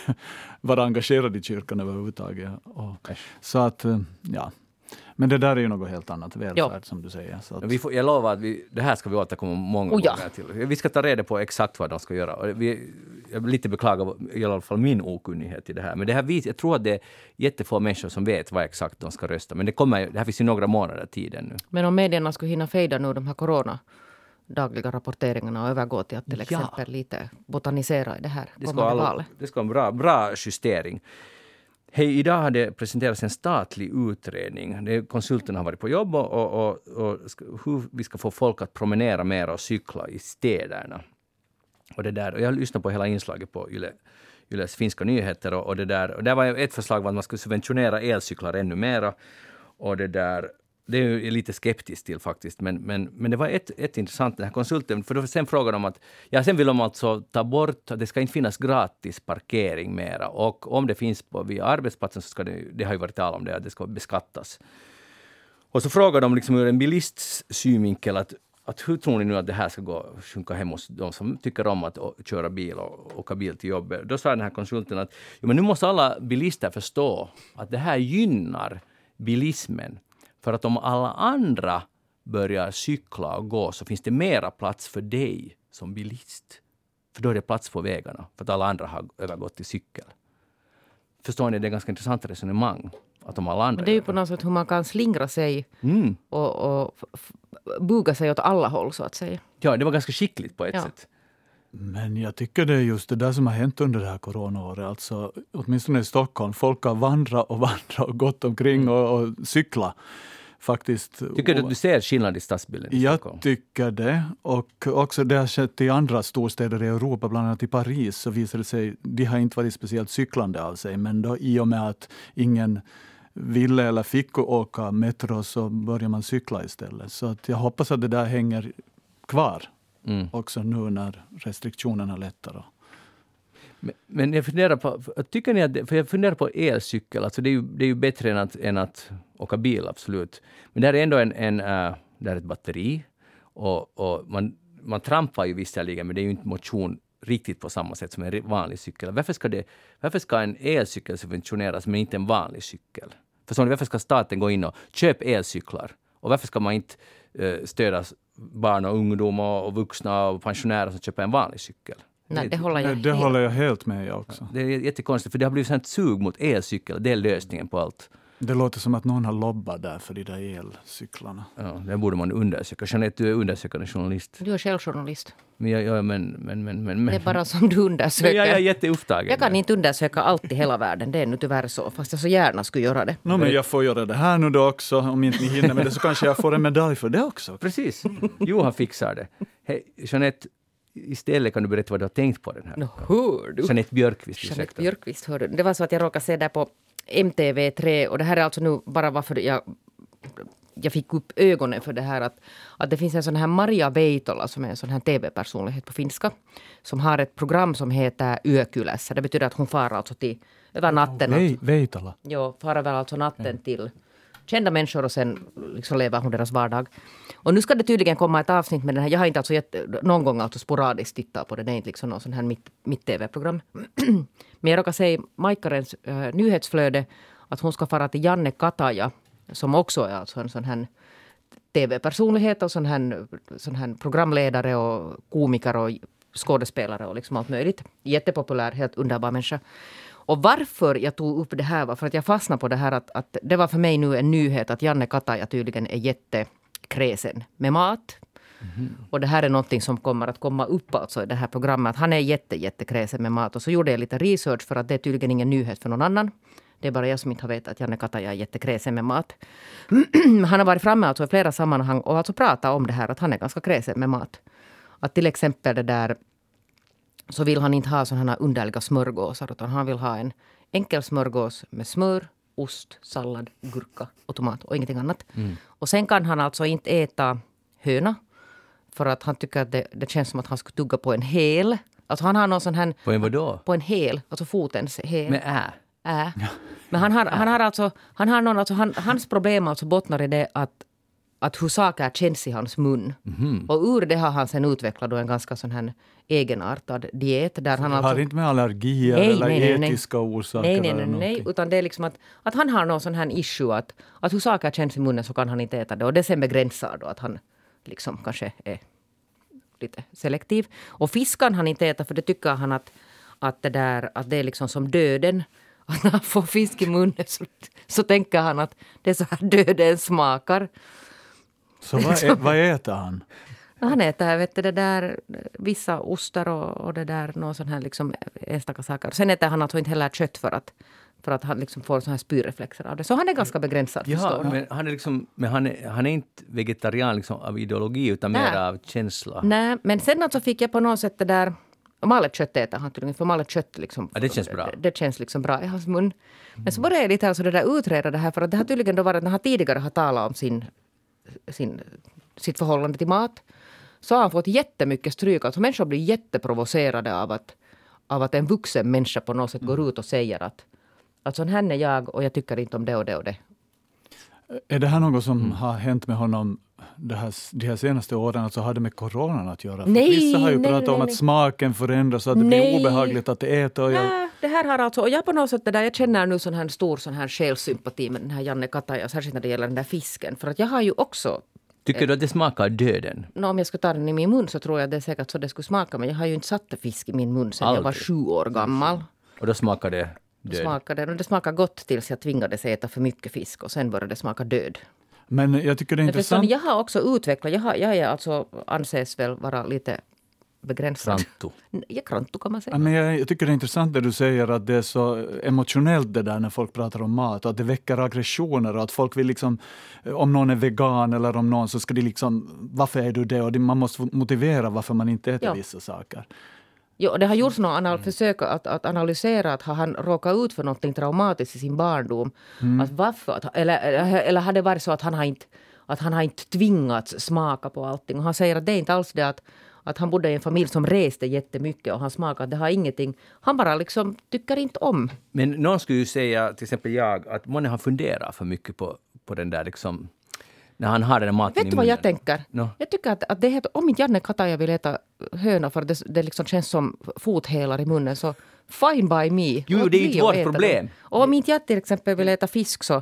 vara engagerad i kyrkan överhuvudtaget. Och, så att, ja. Men det där är ju något helt annat, välfärd ja. Som du säger. Så att... vi får, jag lovar att vi, det här ska vi återkomma många oh, ja. gånger till. Vi ska ta reda på exakt vad de ska göra. Och vi, jag lite beklagar i alla fall min okunnighet i det här. Men det här vis, jag tror att det är jättefå människor som vet vad exakt de ska rösta. Men det, kommer, det här finns ju några månader tid ännu. Men om medierna skulle hinna fejda nu de här corona dagliga rapporteringarna och övergå till att till exempel ja. lite botanisera i det här det ska, alla, det ska vara en bra, bra justering. Hej, idag har det presenterats en statlig utredning. Det, konsulterna har varit på jobb och, och, och, och hur vi ska få folk att promenera mer och cykla i städerna. Och det där, och jag har lyssnat på hela inslaget på Yle, Yles finska nyheter och, och det där. Och där var ett förslag var att man skulle subventionera elcyklar ännu mera. Och det där... Det är ju lite skeptisk till faktiskt, men, men, men det var ett, ett intressant, den här konsulten, för då sen frågade de att, ja sen vill de alltså ta bort, att det ska inte finnas gratis parkering mera, och om det finns på via arbetsplatsen så ska det, det har ju varit tal om det, att det ska beskattas. Och så frågade de liksom ur en bilists synvinkel att, att hur tror ni nu att det här ska gå sjunka hem hos de som tycker om att köra bil och åka bil till jobbet. Då sa den här konsulten att jo, men nu måste alla bilister förstå att det här gynnar bilismen. För att om alla andra börjar cykla och gå så finns det mera plats för dig som bilist. För då är det plats på vägarna. För att alla andra har övergått till cykel. Förstår ni, det är ganska intressant resonemang. Att om alla andra men det är ju på något sätt hur man kan slingra sig mm. och, och f- buga sig åt alla håll så att säga. Ja, det var ganska skickligt på ett ja. sätt. Men jag tycker det är just det där som har hänt under det här coronaåret. Alltså, åtminstone i Stockholm. Folk har vandrat och vandrat och gått omkring och, och cyklat. Faktiskt. Tycker du att du ser skillnad i stadsbilden i Stockholm? Jag tycker det. Och också det har skett i andra storstäder i Europa, bland annat i Paris, så visar det sig, de har inte varit speciellt cyklande av sig. Men då i och med att ingen ville eller fick åka metro så börjar man cykla istället. Så att jag hoppas att det där hänger kvar. Mm. Också nu när restriktionerna lättar. Men, men jag funderar på, tycker ni att, för jag funderar på elcykel, alltså det är ju, det är ju bättre än att, än att åka bil, absolut. Men det är ändå en, en uh, det är ett batteri och, och man, man trampar ju visserligen, men det är ju inte motion riktigt på samma sätt som en vanlig cykel. Varför ska, det, varför ska en elcykel subventioneras men inte en vanlig cykel? För varför ska staten gå in och köpa elcyklar? Och varför ska man inte uh, stödja barn och ungdom och, och vuxna och pensionärer som köper en vanlig cykel? Nej, det håller jag, det, det helt. håller jag helt med också. Det är jättekonstigt, för det har blivit sånt sug mot elcykel. Det är lösningen på allt. Det låter som att någon har lobbat där för de där elcyklarna. Ja, det borde man undersöka. Jeanette, du är undersökande journalist. Du är själv journalist. Men, jag, jag, men, men, men, men, Det är bara som du undersöker. jag, jag är jätteupptagen. Jag kan inte undersöka allt i hela världen. Det är nu tyvärr så. Fast jag så gärna skulle göra det. No, men jag får göra det här nu då också. Om inte ni hinner med det så kanske jag får en medalj för det också. Precis. Johan fixar det. Hej, Jeanette, istället kan du berätta vad du har tänkt på den här. No, hör du? Jeanette Björkqvist. Jeanette Björkqvist, hör du. Det var så att jag råkade se där på M T V tre. Och det här är alltså nu bara varför jag... jag fick upp ögonen för det här att, att det finns en sån här Maria Veitola som är en sån här tv-personlighet på finska som har ett program som heter Yökylässä. Det betyder att hon far alltså till över natten. Ve- Veitola. Jo, far över alltså natten till kända människor och sen liksom lever hon deras vardag. Och nu ska det tydligen komma ett avsnitt med den här. Jag har inte alltså gett, någon gång alltså sporadiskt tittat på det. Det är inte liksom någon sån här mitt, mitt tv-program. Men jag råkar säga Maikkarens äh, nyhetsflöde att hon ska fara till Janne Kataja som också är alltså en sån här tv-personlighet och sån här, sån här programledare och komiker och skådespelare och liksom allt möjligt. Jättepopulär, helt underbar människa. Och varför jag tog upp det här var för att jag fastnade på det här att, att det var för mig nu en nyhet att Janne Kataja tydligen är jättekräsen med mat. Mm. Och det här är någonting som kommer att komma upp alltså i det här programmet. Han är jätte, jättekräsen med mat. Och så gjorde jag lite research för att det är tydligen ingen nyhet för någon annan. Det är bara jag som inte har vetat att Janne Kataja är jättekräsen med mat. Han har varit framme alltså i flera sammanhang och alltså pratat om det här att han är ganska kräsen med mat. Att till exempel det där så vill han inte ha sådana här underliga smörgåsar utan han vill ha en enkel smörgås med smör, ost, sallad, gurka och tomat och ingenting annat. Mm. Och sen kan han alltså inte äta höna för att han tycker att det, det känns som att han skulle tugga på en hel. Alltså han har någon sån här... På en vadå? På en hel, alltså fotens hel. Med ä? Ä. Men han har, han har alltså, han har någon, alltså han, hans problem alltså bottnar i det att att hur saker känns i hans mun. Mm. Och ur det har han sen utvecklat då en ganska sån här egenartad diet. Där han det alltså, har inte med allergier nej, eller nej, nej, etiska nej. orsaker nej, nej, eller nej, någonting. nej, utan det är liksom att, att han har någon sån här issue att, att hur saker känns i munnen så kan han inte äta det. Och det sen begränsar då att han liksom kanske är lite selektiv. Och fisk kan han inte äta för det tycker han att, att, det, där, att det är liksom som döden. Att när han får fisk i munnen så, så tänker han att det är så här döden smakar. Så vad, ä, vad äter han? Han äter vet du, det där, vissa ostar och, och det där, någon sån här liksom enstaka saker. Sen äter han alltså inte heller kött för att, för att han liksom får sån här spyreflexer av det. Så han är ganska begränsad. Ja, men han är, liksom, men han är, han är inte vegetarian liksom av ideologi utan mer Nej. av känsla. Nej, men sen alltså fick jag på något sätt det där, malet kött äter han tydligen, för malet kött liksom. Ja, det känns bra. Det, det känns liksom bra i hans mun. Men så började jag lite alltså det där utreda det här, för att det har tydligen då varit, när han tidigare har talat om sin, sin, sitt förhållande till mat, så har han fått jättemycket stryk. Alltså människor blir jätteprovocerade av att, av att en vuxen människa på något sätt mm. går ut och säger att, att sån här är jag och jag tycker inte om det och det och det. Är det här något som mm. har hänt med honom det här, de här senaste åren, alltså har det med coronan att göra? Nej, För vissa har ju nej, pratat nej, om nej. att smaken förändras, att det Nej. blir obehagligt att äta. Och jag... Nej, det här har alltså, och jag på något sätt det där, jag känner nu sån här stor sån här själssympati med den här Janne Kataja, särskilt när det gäller den där fisken. För att jag har ju också... Tycker du att det smakar döden? No, om jag skulle ta den i min mun så tror jag det är säkert så det skulle smaka. Men jag har ju inte satt fisk i min mun sedan Aldrig. jag var sju år gammal. Och då smakar det Det död? smakade, och det smakar gott tills jag tvingades äta för mycket fisk och sen började det smaka död. Men jag tycker det är Men intressant. jag har också utvecklat, jag, har, jag är alltså, anses väl vara lite begränsad. Kranto. Ja, kranto kan man säga. Ja, men jag, jag tycker det är intressant det du säger att det är så emotionellt det där när folk pratar om mat och att det väcker aggressioner och att folk vill liksom, om någon är vegan eller om någon så ska de liksom, varför är du det? Och man måste motivera varför man inte äter Ja. vissa saker. Jo, det har gjorts några anal- försök att, att analysera att har han råkat ut för något traumatiskt i sin barndom. Mm. Att varför, att, eller, eller, eller har det varit så att han har inte, att han har inte tvingats smaka på allting. Och han säger att det är inte alls det att, att han bodde i en familj som reste jättemycket och han smakade, det har ingenting. Han bara liksom tycker inte om. Men någon skulle ju säga, till exempel jag, att många har funderat för mycket på, på den där liksom, när han har den där maten Vet i du vad munnen. jag tänker? No. Jag tycker att, att det heter, om inte Janne Kataja vill äta höna för det, det liksom känns som fothälar i munnen så fine by me. Jo, Låt det är inte bli att vårt äta problem. dem. Och om inte jag till exempel vill äta fisk så,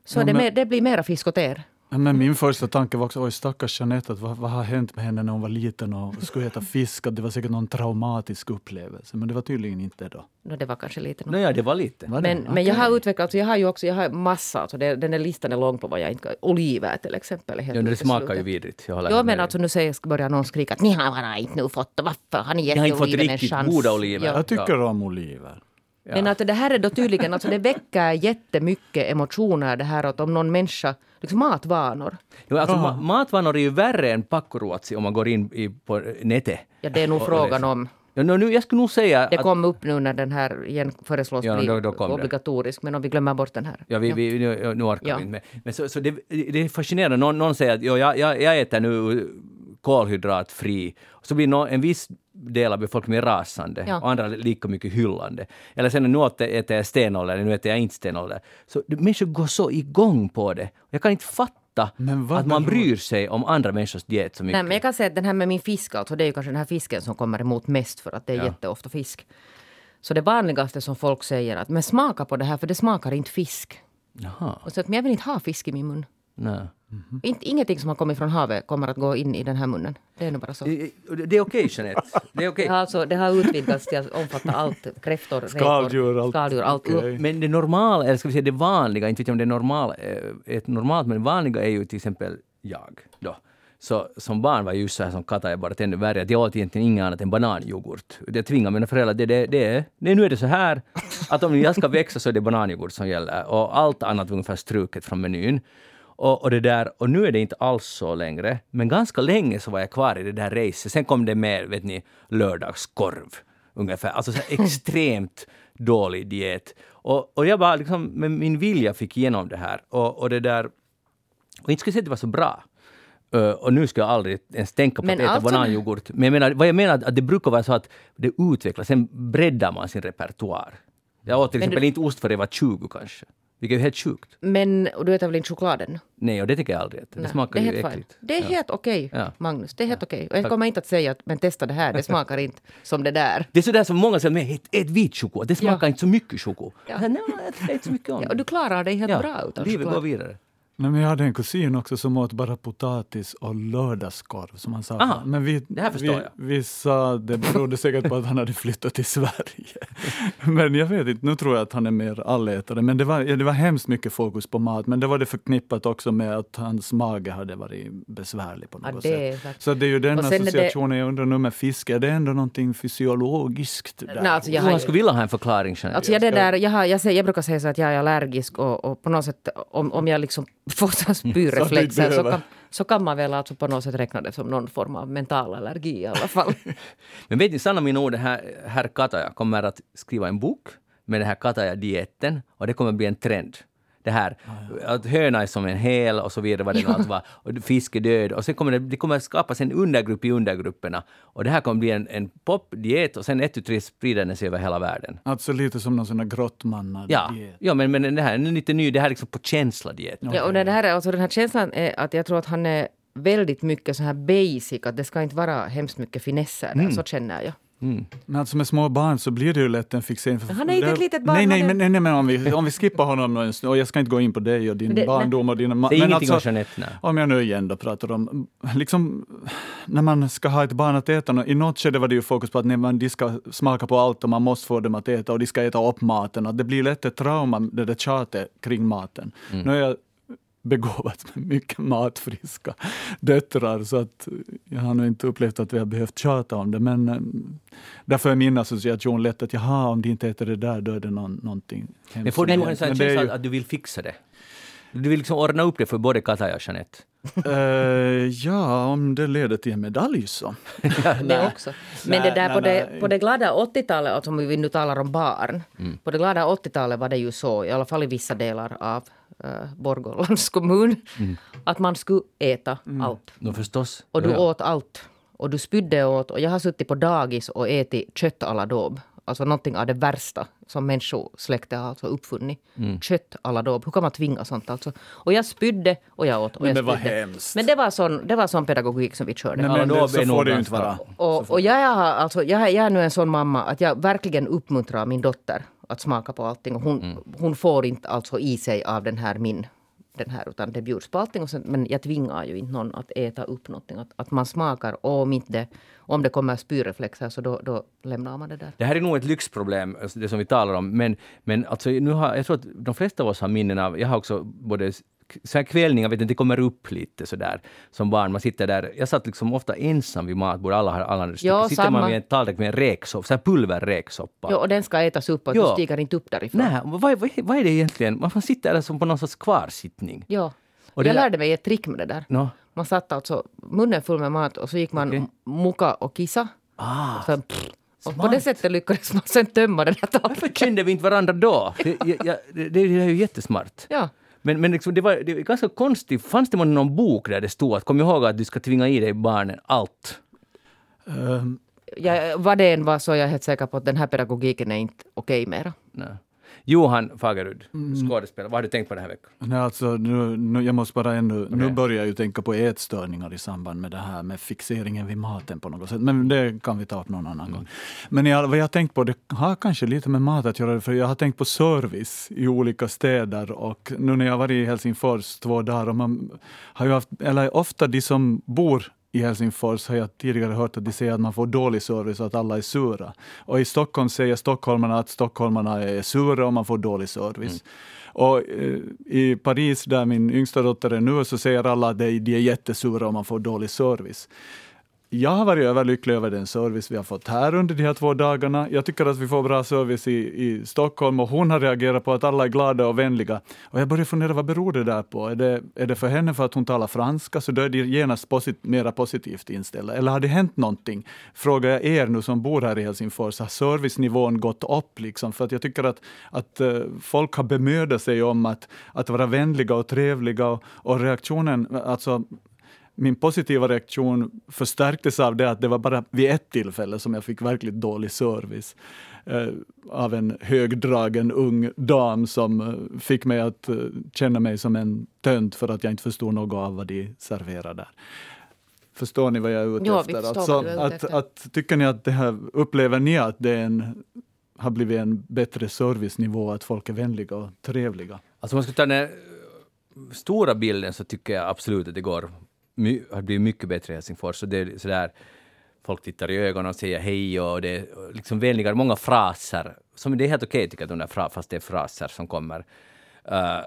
Så ja, det, men, mer, det blir mera fisk åt er. Men min första tanke var också, oj stackars Jeanette, att vad, vad har hänt med henne när hon var liten och skulle äta fisk? Att det var säkert någon traumatisk upplevelse. Men det var tydligen inte då. No, det var kanske lite. No, ja, det var lite. Var men, det? men Okay. jag har utvecklat, alltså jag har ju också, jag har massa, alltså det, den där listan är lång på vad jag inte kan. Oliver till exempel är helt Ja, det smakar ju uteslutet. vidrigt. Jag håller Jo, med men dig. alltså nu säger, ska börja någon skrika att ni har bara inte nu fått, varför har ni gett Ni har inte fått oliven en riktigt chans? goda oliver. Ja. Jag tycker om oliver. Ja. Men att det här är då tydligen, alltså det väcker jättemycket emotioner det här att om någon människa, liksom matvanor. Jo, alltså, Aha. ma- matvanor är ju värre än pakkoruotsi om man går in i, på nätet. Ja, det är nog Och- och frågan läser. om. Ja, no, nu, jag skulle nog säga Det att... kom upp nu när den här igen föreslås Ja, bli då- då kom det. obligatorisk. Men om vi glömmer bort den här. Ja, vi, vi, nu, nu orkar Ja. vi inte med. Men så, så det, det är fascinerande. Någon, någon säger att jo, jag, jag, jag äter nu kolhydratfri. Så blir no, en viss del av befolkningen rasande Ja. och andra lika mycket hyllande. Eller sen nu äter jag stenålder, eller nu äter jag inte stenålder. Så det, människor går så igång på det. Jag kan inte fatta Men vad att man beror- bryr sig om andra människors diet så mycket. Nej, men jag kan säga att den här med min fisk, alltså, det är ju kanske den här fisken som kommer emot mest för att det är Ja. jätteofta fisk. Så det vanligaste som folk säger att men smaka på det här för det smakar inte fisk. Jaha, Och så att, men jag vill inte ha fisk i min mun. nej. Inte, ingenting som har kommit från havet kommer att gå in i den här munnen. Det är nog bara så. Det, det- det är okej, Jeanette. Det är okej. Det har, alltså, det har utvidgats till att omfatta allt. Kräftor, Skaldjur, räkor, allt. skaldjur, allt. Okej. Men det normala, eller ska vi säga det vanliga, inte vet jag om det är normal, eh, ett normalt, men det vanliga är ju till exempel jag. Då. Så som barn var jag just så här som Kata är bara ännu värre, att jag åt egentligen inget annat än bananyoghurt. Det tvingar mina föräldrar, det, det, det, är, det, nu är det så här, att om jag ska växa så är det bananyoghurt som gäller. Och allt annat var ungefär struket från menyn. Och, och, det där, och nu är det inte alls så längre, men ganska länge så var jag kvar i det där racet. Sen kom det med, vet ni, lördagskorv ungefär. Alltså så här extremt dålig diet. Och, och jag bara liksom med min vilja fick igenom det här. Och, och det där, och inte skulle jag säga att det var så bra. Uh, och nu ska jag aldrig ens tänka på Men att äta alltså- bananyoghurt. Men jag menar, vad jag menar att det brukar vara så att det utvecklas, sen breddar man sin repertoar. Jag åt till Men exempel du- inte ost för jag var tjugo kanske. Vilket är ju helt sjukt. Men och du äter väl inte chokladen? Nej, och det tycker jag aldrig. Det Nej, smakar är ju helt äckligt. fine. Det är Ja. helt okej, Ja. Magnus. Det är helt okej. Och jag kommer inte att säga att men testa det här, det smakar inte som det där. Det är sådär som många säger, men ät, ät vit choklad, det smakar Ja. inte så mycket choklad. Ja. Ja. Nej, jag äter inte så mycket om Ja, och du klarar dig helt Ja, bra utan livet choklad. går vidare. Nej, men jag hade en kusin också som åt bara potatis och lördagskorv som han sa. Aha, men vi, det här förstår vi, jag. vi sa det berodde säkert på att han hade flyttat till Sverige. Men jag vet inte, nu tror jag att han är mer allätare. Men det var, ja, det var hemskt mycket fokus på mat. Men det var det förknippat också med att hans mage hade varit besvärlig på Ja, något det är sätt. exakt. Så det är ju den Och sen är det- associationen jag undrar nu med fisk. Är det ändå någonting fysiologiskt? Där? Nej, alltså jag Jag har, skulle vilja ha en förklaring. Jeanette. alltså jag, det där, jag, har, jag, säger, jag brukar säga så att jag är allergisk och, och på något sätt om, om jag liksom får så spyreflexer så, behöver. kan, så kan man väl alltså på något sätt räkna det som någon form av mental allergi i alla fall. Men vet ni, sanna mina ord, det här, herr Kataja kommer att skriva en bok med den här Kataja-dieten och det kommer att bli en trend. Det här, att höna är som en häl och så vidare, vad det nu allt var, och fisk är död. Och sen kommer det, det kommer att skapas en undergrupp i undergrupperna. Och det här kommer att bli en, en popdiet och sen ett och tre sprider den sig över hela världen. Alltså lite som någon sån här grottmanna Ja, diet. ja men, men det här är lite ny, det här är liksom på känsla-diet. Ja, och det här, är- alltså den här känslan är att jag tror att han är väldigt mycket så här basic, att det ska inte vara hemskt mycket finesser där, så känner jag. Men alltså med små barn så blir det ju lätt en fixering. För Han är inte det- ett litet barn, Nej, nej, han är- men, nej, nej, men om vi, om vi skippar honom en stund, och jag ska inte gå in på dig och din Men det- barndom och dina... Det är men ingenting alltså, om Jeanette, nej. om jag nu igen då pratar om, liksom, när man ska ha ett barn att äta, nå- i något skede var det ju fokus på att nej, man, de ska smaka på allt och man måste få dem att äta och de ska äta upp maten. Och det blir lätt ett trauma, det där tjatet kring maten. Mm. Nu är jag begåvat med mycket matfriska döttrar så att jag har nog inte upplevt att vi har behövt tjata om det, men eh, därför är min association lätt att jaha, om de inte äter det där då är det någon, någonting hemskt. Men får du Men- en sån men det är känsla ju- att, att du vill fixa det? Du vill liksom ordna upp det för både Kataja och Jeanette? Eh, ja, om det leder till en medalj så. Det också. Men Nej, det där nej, på, det, nej. på det glada åttiotalet, alltså om vi nu talar om barn, på det glada åttiotalet var det ju så, i alla fall i vissa delar av uh, Borgålands kommun, att man skulle äta allt. No, förstås. Och du Ja, ja. åt allt. Och du spydde åt, och jag har suttit på dagis och ätit kött à la daube. Alltså någonting av det värsta som människosläktet har alltså uppfunnit. Kött à la daube. Hur kan man tvinga sånt alltså? Och jag spydde och jag åt och Men jag det var spydde. hemskt. Men det var sån, det var sån pedagogik som vi körde. Nej, Ja, men då det, är så nog får det ju inte ganska- vara. Och, och jag, har, alltså, jag, är- jag är nu en sån mamma att jag verkligen uppmuntrar min dotter att smaka på allting. Och hon, hon får inte alltså i sig av den här min den här, utan det bjuds på allting. Och sen, men jag tvingar ju inte någon att äta upp någonting. Att, att man smakar, och om, inte det, om det kommer spyreflexer så då, då lämnar man det där. Det här är nog ett lyxproblem, alltså det som vi talar om. Men, men alltså, nu har, jag tror att de flesta av oss har minnen av, jag har också både så här kvällningar, vet inte, det kommer upp lite sådär som barn. Man sitter där, jag satt liksom ofta ensam vid matbordet, alla har alla ja, sitter samma. man med en tallrik med en räksoppa, så här pulverräksoppa. Ja, och den ska ätas upp och ja. du stiger inte upp därifrån. Nej, vad, vad, vad är det egentligen? Man sitter där som på någon sorts kvarsittning. Ja, och jag där... lärde mig ett trick med det där. No. Man satt alltså munnen full med mat och så gick man okay. muka och kissa. Ah, och, så, och på det sättet lyckades man sen tömma den här tallriken. Varför kände vi inte varandra då? Det, jag, jag, det, det är ju jättesmart. Ja. Men, men liksom det, var, det var ganska konstigt. Fanns det någon bok där det stod att kom ihåg att du ska tvinga i dig barnen allt? Um. Ja, vad det än var så jag är helt säker på att den här pedagogiken är inte okej mera. Nej. Johan Fagerud, skådespelare. Vad har du tänkt på den här veckan? Nej, alltså, nu, nu, jag måste bara ännu, okay. Nu börjar jag ju tänka på ätstörningar i samband med det här med fixeringen vid maten på något sätt. Men det kan vi ta upp någon annan mm. gång. Men jag, vad jag har tänkt på, det har kanske lite med mat att göra. För jag har tänkt på service i olika städer. Och nu när jag var i Helsingfors två dagar. Och man har ju haft, eller ofta de som bor i Helsingfors har jag tidigare hört att de säger att man får dålig service och att alla är sura. Och i Stockholm säger stockholmarna att stockholmarna är sura och man får dålig service. Mm. Och eh, i Paris där min yngsta dotter är nu så säger alla att de är jättesura och man får dålig service. Jag har varit överlycklig över den service vi har fått här under de här två dagarna. Jag tycker att vi får bra service i, i Stockholm och hon har reagerat på att alla är glada och vänliga. Och jag börjar fundera, vad beror det där på? Är det, är det för henne för att hon talar franska så då är det genast posit- mera positivt inställda? Eller har det hänt någonting? Frågar jag er nu som bor här i Helsingfors, har servicenivån gått upp liksom? För att jag tycker att, att uh, folk har bemödat sig om att, att vara vänliga och trevliga och, och reaktionen, alltså min positiva reaktion förstärktes av det att det var bara vid ett tillfälle som jag fick verkligt dålig service eh, av en högdragen ung dam som eh, fick mig att eh, känna mig som en tönt för att jag inte förstod något av vad de serverade där. Förstår ni vad jag är ute ja, efter? Vi alltså, vad du är ute att, efter. att, tycker ni att det här, upplever ni att det är en, har blivit en bättre servicenivå, att folk är vänliga och trevliga? Alltså man ska ta den stora bilden så tycker jag absolut att det går My, har blivit mycket bättre i Helsingfors. Så det är sådär, folk tittar i ögonen och säger hej och det är liksom vänligare. Många fraser, som det är helt okej tycker jag, de där fra, fast det är fraser som kommer. Uh,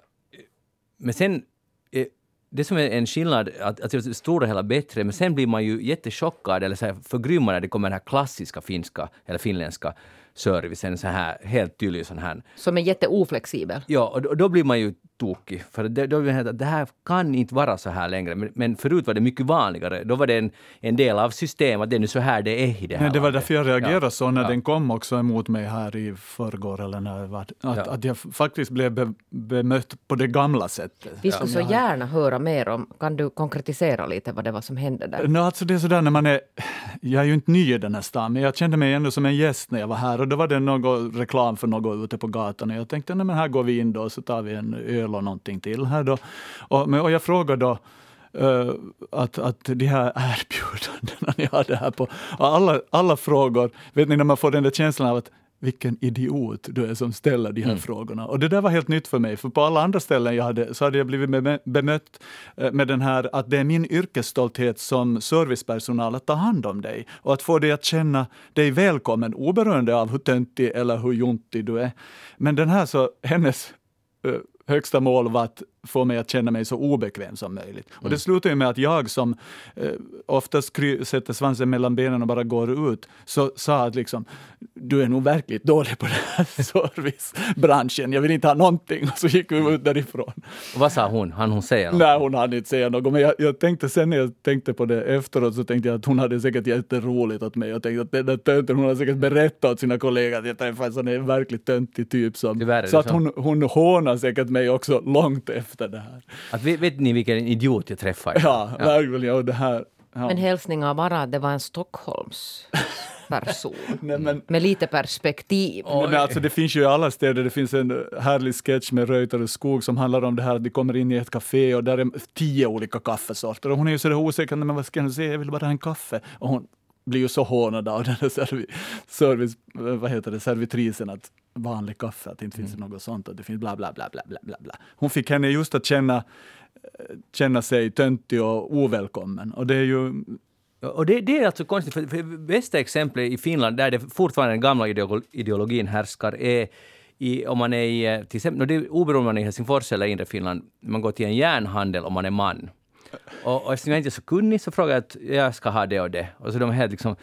men sen, eh, det som är en skillnad, att, att det stora hela bättre, men sen blir man ju jättechockad eller så här förgrymmad när det kommer den här klassiska finska eller finländska servicen, så här helt tydlig sån här. Som är jätteoflexibel. Ja, och då, och då blir man ju tokig. För det, då blir det, det här kan inte vara så här längre. Men, men förut var det mycket vanligare. Då var det en, en del av systemet. Det är nu så här det är i det här Nej, det var landet. därför jag reagerade ja. så när ja. den kom också emot mig här i förrgår. Eller när, att, ja. att jag faktiskt blev be, bemött på det gamla sättet. Vi skulle ja. så gärna höra mer om. Kan du konkretisera lite vad det var som hände där? No, alltså det är sådär när man är... Jag är ju inte ny i den här stan, men jag kände mig ändå som en gäst när jag var här. Och då var det någon reklam för något ute på gatan. Och jag tänkte, nej men här går vi in då och så tar vi en öl och någonting till här då. Och, och jag frågade då uh, att, att de här erbjudandena ni hade här på. Alla, alla frågor, vet ni när man får den där känslan av att vilken idiot du är som ställer de här mm. frågorna. Och det där var helt nytt för mig. För på alla andra ställen jag hade så hade jag blivit bemött med den här att det är min yrkesstolthet som servicepersonal att ta hand om dig. Och att få dig att känna dig välkommen oberoende av hur töntig eller hur jontig du är. Men den här så, hennes uh, högsta mål var att få mig att känna mig så obekväm som möjligt. Och det Mm. slutar ju med att jag som eh, oftast kry- sätter svansen mellan benen och bara går ut, så sa att liksom, du är nog verkligt dålig på den här servicebranschen. Jag vill inte ha någonting. Och så gick vi ut därifrån. Och vad sa hon? Han hon säga något? Nej, hon hade inte säga något. Men jag, jag tänkte sen när jag tänkte på det efteråt så tänkte jag att hon hade säkert jätteroligt åt mig. Jag tänkte att den där tönten, hon hade säkert berättat åt sina kollegor att jag träffade en verkligt töntig typ. Som, så att hon, hon hånar säkert mig också långt efter det här. Att vet, vet ni vilken idiot jag träffade? Ja, ja. verkligen. Och det här, ja. En hälsning av bara att det var en Stockholms person. Nej, men, med lite perspektiv. Nej, men alltså, det finns ju i alla städer. Det finns en härlig sketch med Reuter och Skog som handlar om det här att de kommer in i ett café och där är tio olika kaffesorter. Och hon är ju så där osäker, men vad ska jag säga? Jag vill bara ha en kaffe. Och hon blir ju så hånad av den här servi- service, vad heter det, servitrisen att vanlig kaffe, att det inte mm. finns något sånt, att det finns bla bla bla bla bla bla. Hon fick henne just att känna, känna sig töntig och ovälkommen. Och det är ju... Och det, det är alltså konstigt, för, för bästa exemplet i Finland, där det fortfarande den gamla ideologin härskar, är i, om man är i, till exempel, det är oberoende om man är i Helsingfors eller inre Finland, man går till en järnhandel om man är man. Och, och eftersom jag inte är så kunnig så frågar jag att jag ska ha det och det. Och så de här liksom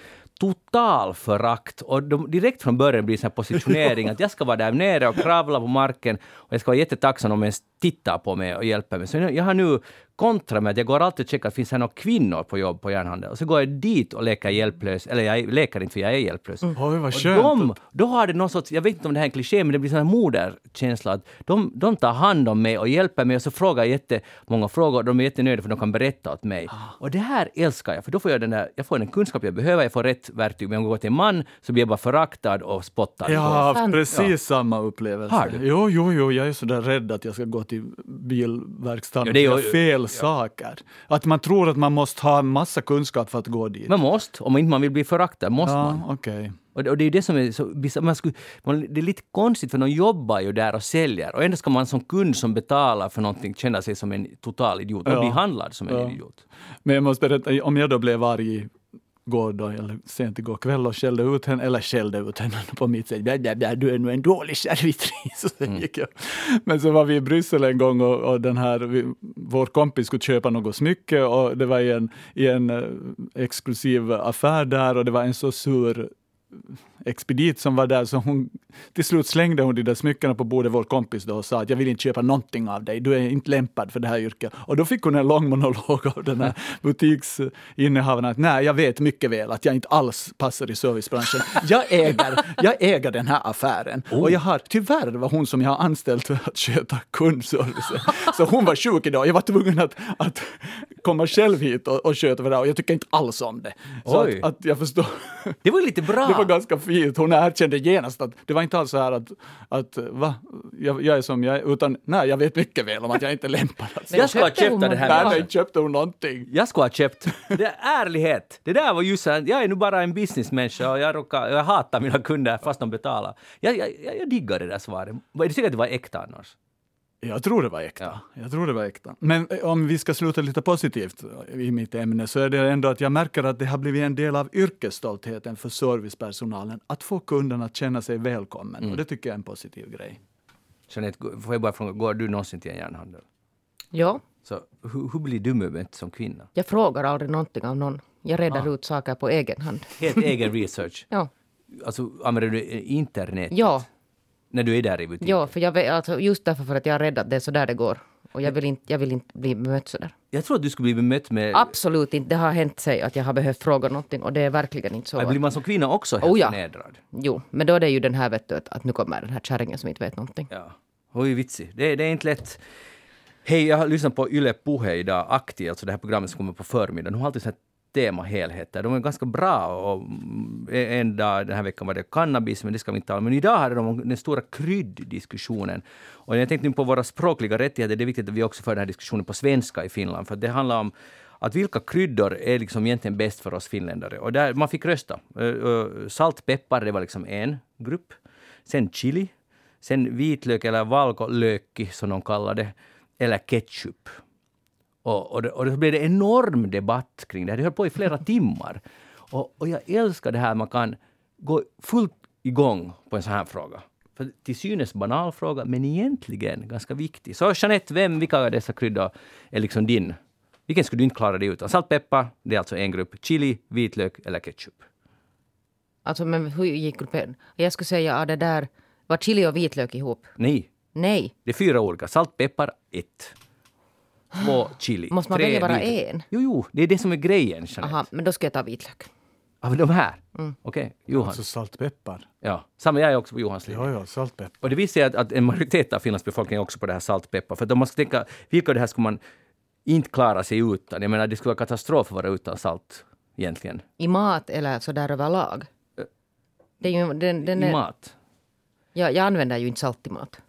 total förakt. Och de, direkt från början blir det en sån här positionering att jag ska vara där nere och kravla på marken och jag ska vara jättetacksam om jag tittar på mig och hjälper mig. Så jag har nu kontra med att jag går alltid och checkar att finns det några kvinnor på jobb på järnhandel. Och så går jag dit och leker hjälplös. Eller jag leker inte för jag är hjälplös. Mm. Oj, vad och skönt. de, då har det någon sorts, jag vet inte om det här är en kliché, men det blir sån här moderkänsla att de, de tar hand om mig och hjälper mig och så frågar jättemånga frågor. De är jättenöjda för de kan berätta åt mig. Ah. Och det här älskar jag, för då får jag den där, jag får den kunskap jag behöver, jag får rätt verktyg. Men om jag går till en man så blir jag bara föraktad och spottad. Jag har haft precis ja. samma upplevelse. Har du? Jo, jo, jo, jag är så där rädd att jag ska gå till bilverkstaden ja, det är och ju, fel ja. saker. Att man tror att man måste ha en massa kunskap för att gå dit. Man måste, om inte man vill bli föraktad, måste ja, man. Okay. Och det, och det är det som är så, man skulle, man, det är lite konstigt för de jobbar ju där och säljer. Och ändå ska man som kund som betalar för någonting känna sig som en total idiot och ja. bli handlad som en ja. idiot. Men jag måste berätta, om jag då blev arg går då, eller sent igår kväll och skällde ut henne, eller skällde ut henne på mitt sätt. Du är nog en dålig servitris. Mm. Men så var vi i Bryssel en gång och, och den här, vi, vår kompis skulle köpa något smycke och det var i en, i en uh, exklusiv affär där och det var en så sur expedit som var där så hon till slut slängde hon de där smyckena på bordet, vår kompis då, och sa att jag vill inte köpa någonting av dig, du är inte lämpad för det här yrket. Och då fick hon en lång monolog av den här butiksinnehavaren att nej, jag vet mycket väl att jag inte alls passar i servicebranschen. Jag äger, jag äger den här affären oh. och jag har, tyvärr var hon som jag har anställt för att sköta kundservicen. Så hon var sjuk idag, jag var tvungen att, att komma själv hit och, och sköta för det och jag tycker inte alls om det. Så att, att jag förstår. Det var lite bra. Det var ganska fint. Hon erkände genast att det var inte alls så här att, att va? Jag, jag är som jag är, utan nej, jag vet mycket väl om att jag inte lämpar. Alltså. Jag ska ha köpt det här. Nej, nej, köpte hon någonting. Jag ska ha köpt. Det är ärlighet. Det där var ju så här, jag är nu bara en businessmänniska och jag, råkar, jag hatar mina kunder fast de betalar. Jag, jag, jag, jag diggar det där svaret. Är det säkert att det var äkta annars? Jag tror det var äkta. Ja. Jag tror det var äkta. Men om vi ska sluta lite positivt i mitt ämne så är det ändå att jag märker att det har blivit en del av yrkesstoltheten för servicepersonalen att få kunderna att känna sig välkommen. Mm. Och det tycker jag är en positiv grej. Jeanette, får jag bara fråga, går du någonsin till en järnhandel? Ja. Så hur, hur blir du bemött som kvinna? Jag frågar aldrig någonting av någon. Jag redar ah. ut saker på egen hand. Helt egen research? Ja. Alltså använder du internet? Ja. När du är där i butiken? Ja, för jag vet, alltså, just därför för att jag har räddat det så där det går. Och jag vill inte, jag vill inte bli bemött så där. Jag tror att du skulle bli bemött med... Absolut inte. Det har hänt sig att jag har behövt fråga någonting och det är verkligen inte så. Men blir man som kvinna också helt oh, ja. förnedrad? Jo, men då är det ju den här vet du, att nu kommer den här kärringen som inte vet någonting. Ja, oj vitsig. Det, det är inte lätt. Hej, jag har lyssnat på Yle Puhe idag, Akti, alltså det här programmet som kommer på förmiddagen. Hon har alltid så här temahelheter. De är ganska bra och en dag den här veckan var det cannabis, men det ska vi inte tala om. Men idag hade de den stora krydddiskussionen. Och jag tänkte nu på våra språkliga rättigheter. Det är viktigt att vi också för den här diskussionen på svenska i Finland. För det handlar om att vilka kryddor är liksom egentligen bäst för oss finländare. Och där man fick rösta. Salt, peppar, det var liksom en grupp. Sen chili. Sen vitlök eller valkolöki som de kallar det. Eller ketchup. Och, och, det, och det blev en enorm debatt kring det här. Det höll på i flera timmar. Och, och jag älskar det här. Man kan gå fullt igång på en sån här fråga. För till synes banal fråga, men egentligen ganska viktig. Så Jeanette, vem, vilka av dessa kryddor är liksom din? Vilken skulle du inte klara dig utan? Saltpeppar, det är alltså en grupp. Chili, vitlök eller ketchup? Alltså, men hur gick gruppen? Jag skulle säga att det där var chili och vitlök ihop. Nej. Nej. Det är fyra olika. Saltpeppar, ett. Två chili. Måste man tre välja bara vitlök. en? Jo, jo, det är det som är grejen, Jeanette. Aha, men då ska jag ta vitlök. Av de här? Mm. Okej, okay. Johan. Alltså saltpeppar. Ja, samma jag är också på Johans linje. Ja, ja, saltpeppar. Och det visar sig att, att en majoritet av Finlands befolkning är också på det här saltpeppar. För att om man ska tänka, vilka av det här skulle man inte klara sig utan? Jag menar, det skulle vara katastrof att vara utan salt egentligen. I mat eller så där överlag? Uh, det är ju, den, den I är, mat? Ja, jag använder ju inte salt i mat.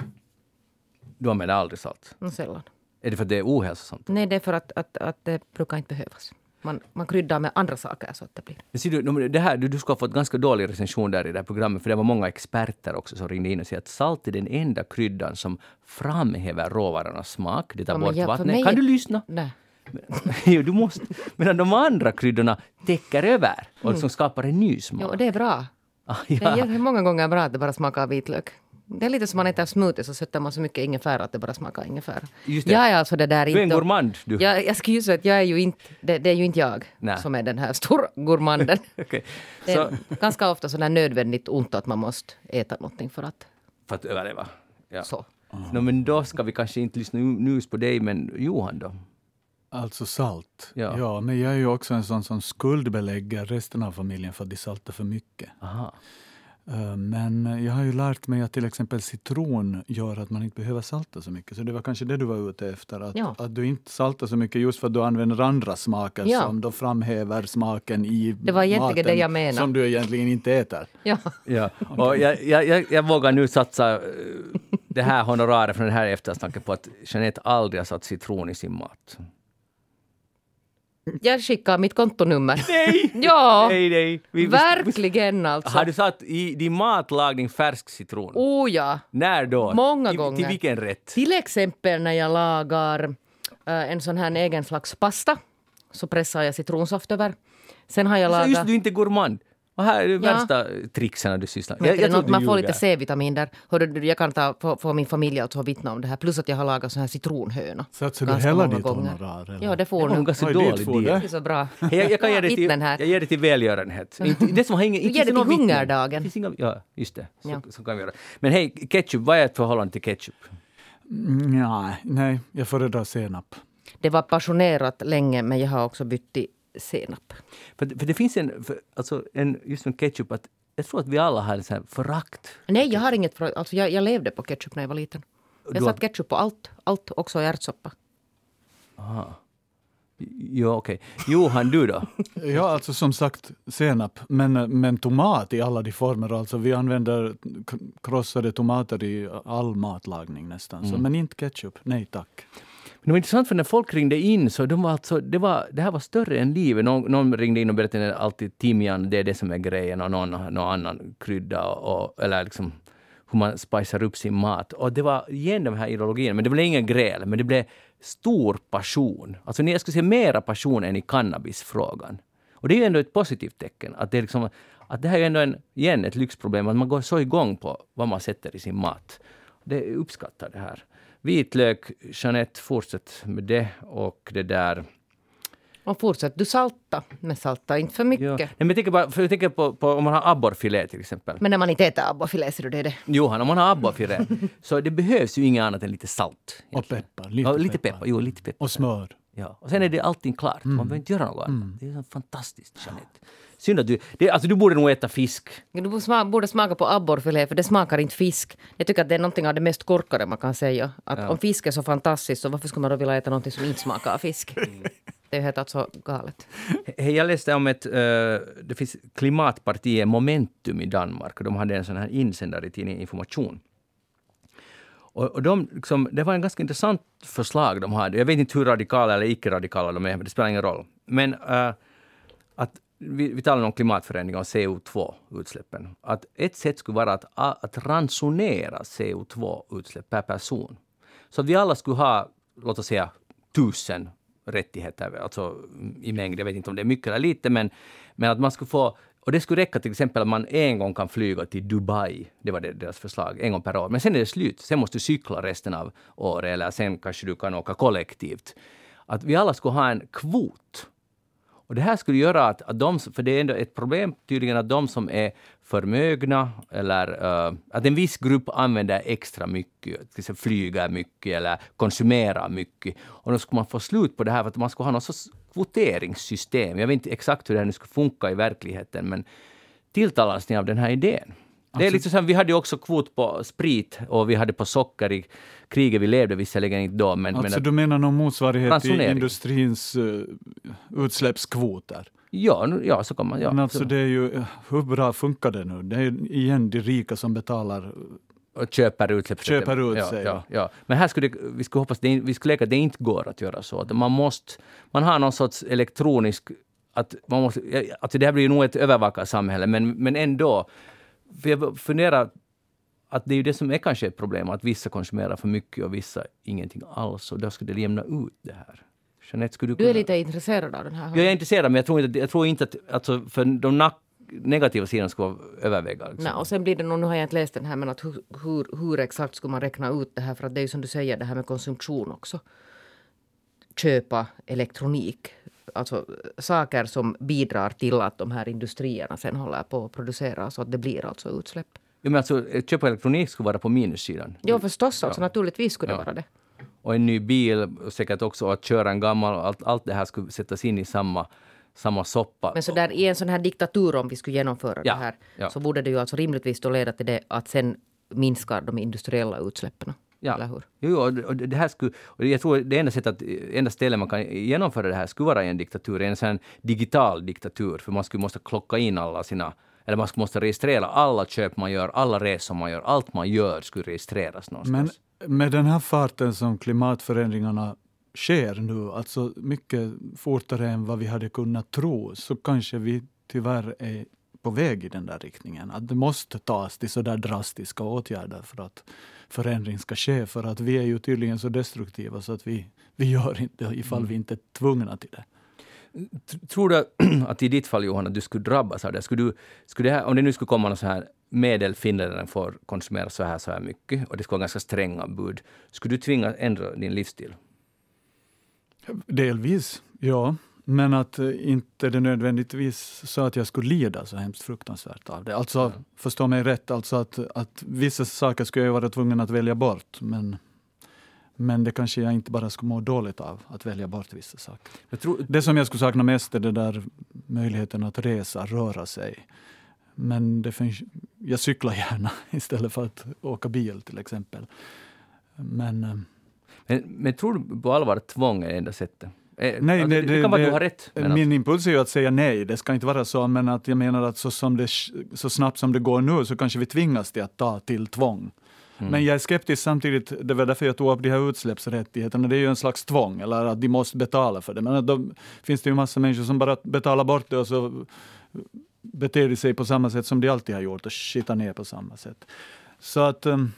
Du använder aldrig salt? Mm, sällan. Är det för att det är ohälsosamt? Nej, det är för att, att, att det brukar inte behövas. Man, man kryddar med andra saker så att det blir. Men ser du, det här, du, du ska ha fått ganska dålig recension där i det här programmet, för det var många experter också som ringde in och sa att salt är den enda kryddan som framhäver råvarornas smak. Det tar Ja, bort jag, vattnet. mig, kan du lyssna? Nej. Jo, du måste. Medan de andra kryddorna täcker över och liksom skapar en ny smak. Jo, det är bra. Ah, Det ja. är många gånger bra att det bara smakar vitlök. Det är lite som man äter smoothie så sätter man så mycket ingefära att det bara smakar ingefära. Just det. Jag är alltså det där Du är en inte... gourmand, du. Jag, jag skulle ju säga att jag är ju inte... Det, det är ju inte jag Nej. som är den här stora gourmanden. Okej. Det Så, är ganska ofta så där nödvändigt ont att man måste äta någonting för att... för att överleva. Ja. Så. No, men då ska vi kanske inte lyssna nu på dig, men Johan då? Alltså salt. Ja. Ja. men jag är ju också en sån som skuldbelägger resten av familjen för att de saltar för mycket. Aha. Uh, Men jag har ju lärt mig att till exempel citron gör att man inte behöver salta så mycket. Så det var kanske det du var ute efter. Att, Ja. att du inte saltar så mycket just för att du använder andra smaker Ja. som då framhäver smaken i Det var egentligen maten det jag menade. som du egentligen inte äter. Ja. Ja, och jag, jag, jag, jag vågar nu satsa eh, det här honoraret från det här eftersnacket på att Jeanette aldrig har satt citron i sin mat. Jag skickar mitt kontonummer. Nej! Ja, Nej, nej. Vi- vi- verkligen alltså. Har du satt i din matlagning färsk citron? Oh ja. När då? Många till, gånger. Till vilken rätt? Till exempel när jag lagar äh, en sån här egen slags pasta så pressar jag citronsaft över. Sen har jag Så lagat... just du är inte gourmand. Och här är det Ja. värsta tricksen du sysslar Men jag, tror jag man får ljuger. lite C-vitamin där. Hörru, jag kan ta, få, få min familj att alltså vittna om det här. Plus att jag har lagat sån här citronhöna. Satsar du Ganska hela många ditt gånger. honorar? Eller? Ja, det Det får var en nu. ganska Oj, dit dålig får deal. det. Det är så bra. Hej, Jag, jag kan ge det Hit till, den här. jag ger det till välgörenhet. Inte- Det som har ingen, Du inte ger det någon till vittnen. hungerdagen. Det finns inga- Ja, just det. Så, Ja. så kan vi göra. Men hej, ketchup, vad är ett förhållande till ketchup? Mm, nej, nej, jag föredrar senap. Det var passionerat länge men jag har också bytt till senap. För, för det finns en, för, alltså en, just med ketchup, att jag tror att vi alla har en sån här förakt. Nej, jag har inget... för- Alltså jag, jag levde på ketchup när jag var liten. Jag Du har- satt ketchup på allt. Allt, också ärtsoppa. Aha. Ja, okej. Johan, du då? Ja, alltså som sagt senap, men, men tomat i alla de former. Alltså vi använder k- krossade tomater i all matlagning nästan. Så, men inte ketchup, nej tack. Men det var intressant för när folk ringde in så de var alltså, det, var, det här var större än livet. Någon, någon ringde in och berättade att alltid timjan, det är det som är grejen, och någon, någon annan krydda och, eller liksom hur man spicar upp sin mat. Och det var igen de här ideologierna, men det blev ingen gräl, men det blev stor passion. Alltså jag skulle säga mera passion än i cannabisfrågan. Och det är ju ändå ett positivt tecken. Att det, är liksom, att det här är ändå en, igen ett lyxproblem, att man går så igång på vad man sätter i sin mat. Det uppskattar det här. Vitlök, Jeanette, fortsätt med det och det där. Och fortsätt, du salta. Men salta inte för mycket. Ja. Nej, men jag tänker, bara, för jag tänker på, på om man har abborrfilé till exempel. Men när man inte äter abborrfilé ser du det är det. Johan, om man har abborrfilé så det behövs ju inget annat än lite salt. Och peppar, lite, Ja, lite peppar. peppar. Jo, lite peppar. Och smör. Ja. Och sen är det allting klart. Man behöver inte göra något annat. Det är så fantastiskt, Jeanette. Synd att du... Det, alltså du borde nog äta fisk. Du sma- borde smaka på abborrfilé för det smakar inte fisk. Jag tycker att det är någonting av det mest korkade man kan säga. Att Ja. om fisk är så fantastiskt så varför skulle man då vilja äta någonting som inte smakar fisk? Det är helt alltså galet. Hej, jag läste om ett... Uh, det finns klimatpartiet Momentum i Danmark. Och de hade en sån här insändare i tidningen Information. Och, och de, liksom, det var en ganska intressant förslag de hade. Jag vet inte hur radikala eller icke-radikala de är, men det spelar ingen roll. Men uh, att vi, vi talar om klimatförändringar och C O två-utsläppen. Att ett sätt skulle vara att, att ransonera C O två-utsläpp per person. Så att vi alla skulle ha, låt oss säga, tusen rättigheter, alltså i mängd. Jag vet inte om det är mycket eller lite, men, men att man skulle få... Och det skulle räcka till exempel att man en gång kan flyga till Dubai. Det var det, deras förslag, en gång per år. Men sen är det slut. Sen måste du cykla resten av året eller sen kanske du kan åka kollektivt. Att vi alla skulle ha en kvot. Och det här skulle göra att, att de, för det är ändå ett problem tydligen att de som är förmögna eller uh, att en viss grupp använder extra mycket, till exempel flyger mycket eller konsumerar mycket. Och då skulle man få slut på det här för att man skulle ha något sorts kvoteringssystem. Jag vet inte exakt hur det här nu skulle funka i verkligheten, men tilltalas ni av den här idén? Det är liksom så här, vi hade också kvot på sprit och vi hade på socker i kriget vi levde visserligen inte då. Men, Alltså men, du menar någon motsvarighet i ransonering. industrins uh, utsläppskvoter? ja, nu- ja, så kan man. Ja. Men alltså Så- det är ju, hur bra funkar det nu? Det är igen de rika som betalar och köper utsläpp. Köper ut ja, sig. Ja, ja. Men här skulle det, vi skulle hoppas det, vi skulle leka att det inte går att göra så. Att man måste, man har någon sorts elektronisk, att man måste, alltså det här blir ju nog ett övervakarsamhälle, men, men ändå, för jag funderar att det är ju det som är kanske ett problem, att vissa konsumerar för mycket och vissa ingenting alls, och då skulle det jämna ut det här. Jeanette, skulle du, kunna... du är lite intresserad av den här? Jag är intresserad, men jag tror inte, jag tror inte att alltså, för de nack, negativa sidorna ska överväga. Liksom. Nej, och sen blir det nog, nu har jag inte läst den här, men att hur, hur, hur exakt ska man räkna ut det här, för att det är ju som du säger det här med konsumtion också. Köpa elektronik, alltså saker som bidrar till att de här industrierna sen håller på att producera så att det blir alltså utsläpp. Ja, men alltså, köpa elektronik skulle vara på minussidan. Jo, förstås. Alltså, ja. Naturligtvis skulle ja. det vara det. Och en ny bil, säkert också att köra en gammal, allt, allt det här skulle sättas in i samma, samma soppa. Men så där, i en sån här diktatur, om vi skulle genomföra ja. det här, ja. så borde det ju alltså rimligtvis då leda till det att sen minskar de industriella utsläppen. Ja. Eller hur? Jo, och det här skulle, och jag tror det enda sättet, enda stället man kan genomföra det här skulle vara i en diktatur, en sån digital diktatur, för man skulle måste klocka in alla sina, eller man måste registrera alla köp man gör, alla resor man gör, allt man gör skulle registreras någonstans. Men med den här farten som klimatförändringarna sker nu, alltså mycket fortare än vad vi hade kunnat tro, så kanske vi tyvärr är på väg i den där riktningen. Att det måste tas till så där drastiska åtgärder för att förändring ska ske, för att vi är ju tydligen så destruktiva så att vi, vi gör inte ifall mm. vi inte är tvungna till det. Tror du att i ditt fall, Johanna, du skulle drabbas av det? Skulle du, skulle det här, om det nu skulle komma någon så här medel, finländaren får konsumera så här, så här mycket och det skulle vara ganska stränga bud, skulle du tvinga ändra din livsstil? Delvis, ja. Men att inte det nödvändigtvis så att jag skulle lida så hemskt fruktansvärt av det. Alltså, mm. förstå mig rätt, alltså att, att vissa saker skulle jag vara tvungen att välja bort, men... Men det kanske jag inte bara skulle må dåligt av, att välja bort vissa saker. Jag tror, det som jag skulle sakna mest är det där möjligheten att resa, röra sig. Men det finns, jag cyklar gärna istället för att åka bil till exempel. Men, men, men tror du på allvar att tvång är det enda sättet? Nej, alltså, det, det kan vara att du har rätt. Min att... impuls är ju att säga nej, det ska inte vara så, men att jag menar att så, som det, så snabbt som det går nu så kanske vi tvingas till att ta till tvång. Mm. Men jag är skeptisk samtidigt, det var därför jag tog upp de här utsläppsrättigheterna. Det är ju en slags tvång, eller att de måste betala för det. Men då finns det ju massa människor som bara betalar bort det och så beter de sig på samma sätt som de alltid har gjort och skittar ner på samma sätt. Så att... Um,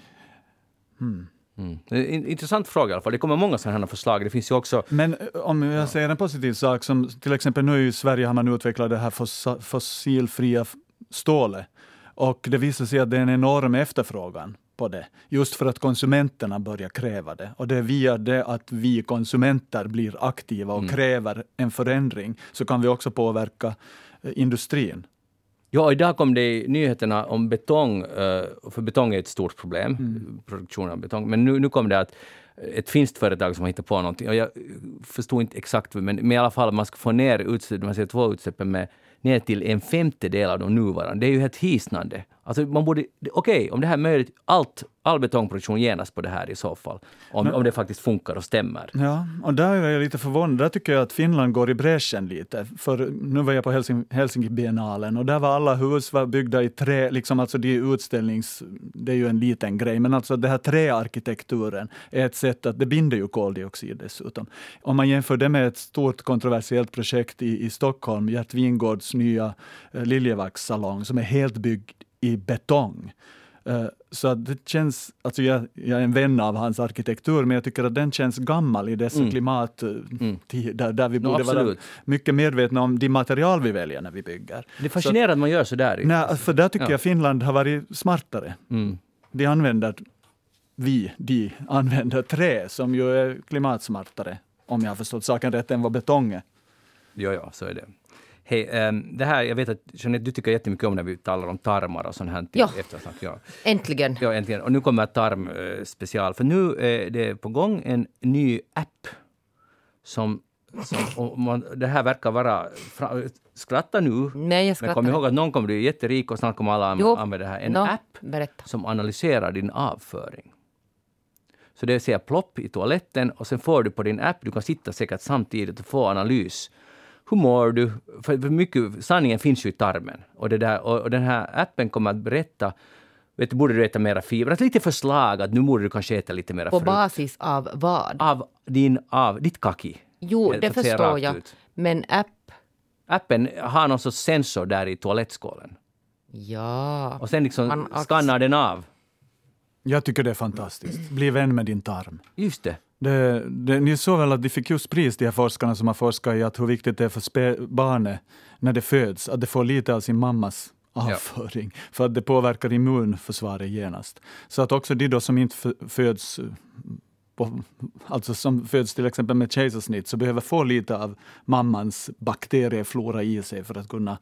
hmm. Mm. Det är en intressant fråga i alla fall. Det kommer många sådana här förslag. Det finns ju också... Men om jag ja. säger en positiv sak, som till exempel nu i Sverige har man utvecklat det här foss- fossilfria stålet. Och det visar sig att det är en enorm efterfrågan på det. Just för att konsumenterna börjar kräva det. Och det är via det att vi konsumenter blir aktiva och mm. kräver en förändring, så kan vi också påverka eh, industrin. Ja, idag kom det i nyheterna om betong, för betong är ett stort problem, mm. produktionen av betong. Men nu, nu kom det att ett finskt företag som har hittat på någonting, och jag förstod inte exakt, men, men i alla fall man ska få ner utsläpp, man ser två utsläppen med ner till en femtedel av de nuvarande. Det är ju helt hisnande. Alltså man borde, okej, okay, om det här är möjligt, allt, all betongproduktion genas på det här i så fall. Om, Men, om det faktiskt funkar och stämmer. Ja, och där är jag lite förvånad. Där tycker jag att Finland går i bräschen lite. För nu var jag på Helsing, Helsinki-biennalen och där var alla hus var byggda i trä, liksom alltså de utställnings, det är ju en liten grej, men alltså det här träarkitekturen är ett sätt att, det binder ju koldioxid dessutom. Om man jämför det med ett stort kontroversiellt projekt i, i Stockholm, Gert Wingårds nya eh, Liljevaxsalong som är helt byggd i betong. Uh, så det känns, alltså jag, jag är en vän av hans arkitektur, men jag tycker att den känns gammal i dessa mm. klimat mm. där, där vi borde no, vara mycket medvetna om de material vi väljer när vi bygger. Det är fascinerande att man gör så där. Nej, för där tycker ja. jag Finland har varit smartare. Mm. De använder, vi, de använder trä som ju är klimatsmartare, om jag har förstått saken rätt, än vad betong är. Ja, ja, så är det. Hej, um, det här, jag vet att Jeanette, du tycker jättemycket om när vi talar om tarmar och sånt här. Ja, eftersnack, ja. äntligen. Ja, äntligen. Och nu kommer tarm uh, special. För nu är det på gång en ny app som, som och man, det här verkar vara, fra, skratta nu, Nej, jag men kom ihåg att någon kommer bli jätterik och snart kommer alla an, använda det här. En no, app berätta. som analyserar din avföring. Så det ser plopp i toaletten och sen får du på din app, du kan sitta säkert samtidigt och få analys. Hur mår du? För mycket, sanningen finns ju i tarmen. Och, det där, och, och den här appen kommer att berätta vet du, borde du äta mera fibrer? Att lite förslag att nu borde du kanske äta lite mera På frukt. basis av vad? Av din, av ditt kaki. Jo, För det att säga förstår rakt jag. ut. Men app, Appen har någon sorts sensor där i toalettskålen. ja. Och sen liksom Man ac- skannar den av. Jag tycker det är fantastiskt. Bli vän med din tarm. Just det. Det, det, ni såg väl att de fick just pris, de här forskarna som har forskat i att hur viktigt det är för spe, barnet när det föds, att det får lite av sin mammas avföring. Ja. För att det påverkar immunförsvaret genast. Så att också de då som inte föds på, alltså som föds till exempel med kejsarsnitt så behöver få lite av mammans bakterieflora i sig för att kunna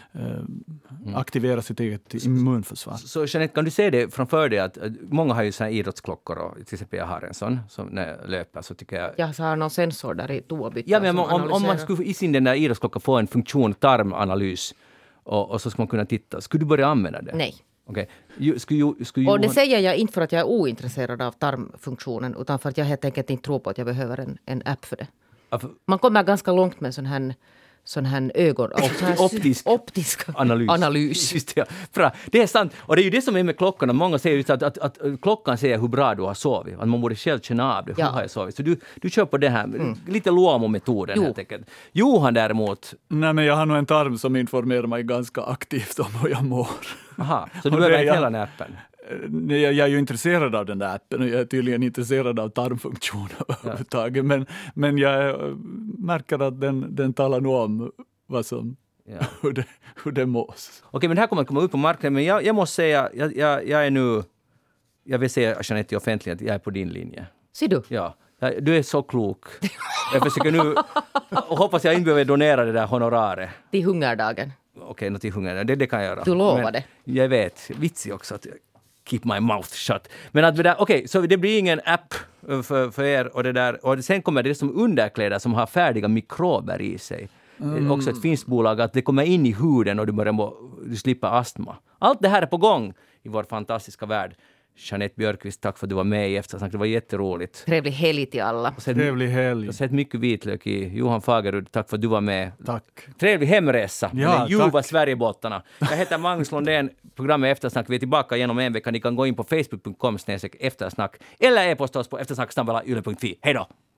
Mm. aktivera sitt eget immunförsvar. Så, så Jeanette, kan du se det framför dig att, att många har ju så här idrottsklockor och till exempel jag har en sån som när jag löper så tycker jag... Jag har någon sensor där i toabyttan. Ja, men som om, om man analyserar. skulle i sin den där idrottsklockan få en funktion tarmanalys och, och så ska man kunna titta. Skulle du börja använda det? Nej. Okej. Okay. Skulle, skulle Och det Johan... säger jag inte för att jag är ointresserad av tarmfunktionen utan för att jag helt enkelt inte tror på att jag behöver en, en app för det. Ja, för... Man kommer ganska långt med sån här sån här ögon... Opti- här optisk, optisk analys. analys. Just det, ja. Bra. Det är sant. Och det är ju det som är med klockorna. Många säger just att, att, att, att klockan säger hur bra du har sovit. Att man borde själv känna av det. Hur Ja. har jag sovit? Så du, du kör på det här, mm. lite Luomo-metoden Jo. helt enkelt. Johan däremot... Nej, men jag har nog en tarm som informerar mig ganska aktivt om hur jag mår. Aha, så du Och behöver det inte är- hela den här appen? Nej, Jag jag är ju intresserad av den där appen och jag är tydligen intresserad av tarmfunktion överhuvudtaget. Men, men jag eh, märker att den, den talar nog om vad som, Ja. hur, det, hur det mås. Okej, men det här kommer att komma ut på marknaden. Men jag, jag måste säga, jag, jag, jag är nu... Jag vill säga, Jeanette, offentligt att jag är på din linje. Ser du? Ja, jag- du är så klok. Jag försöker nu... Och hoppas jag inte behöver donera det där honoraret. Till hungerdagen. Okej, något i hunger. Det, det kan jag göra. Du lovar Men det. Jag vet. Vitsig också att keep my mouth shut. Men att det där, okej, så det blir ingen app för, för er och det där. Och sen kommer det som underkläder som har färdiga mikrober i sig. Mm. Också ett finskt bolag att det kommer in i huden och du, börjar må, du slipper astma. Allt det här är på gång i vår fantastiska värld. Jeanette Björkqvist, tack för att du var med i Eftersnack. Det var jätteroligt. Trevlig helg till alla. Och sen- Trevlig helg. Jag har sett mycket vitlök i. Johan Fagerud, tack för att du var med. Tack. Trevlig hemresa med Ja, den ljuva tack. Sverigebåtarna. Jag heter Magnus Lundén, programmet Eftersnack. Vi är tillbaka genom en vecka. Ni kan gå in på facebook punkt com snedstreck eftersnack eller e-posta oss på eftersnack snabel-a yle punkt fi. Hej då!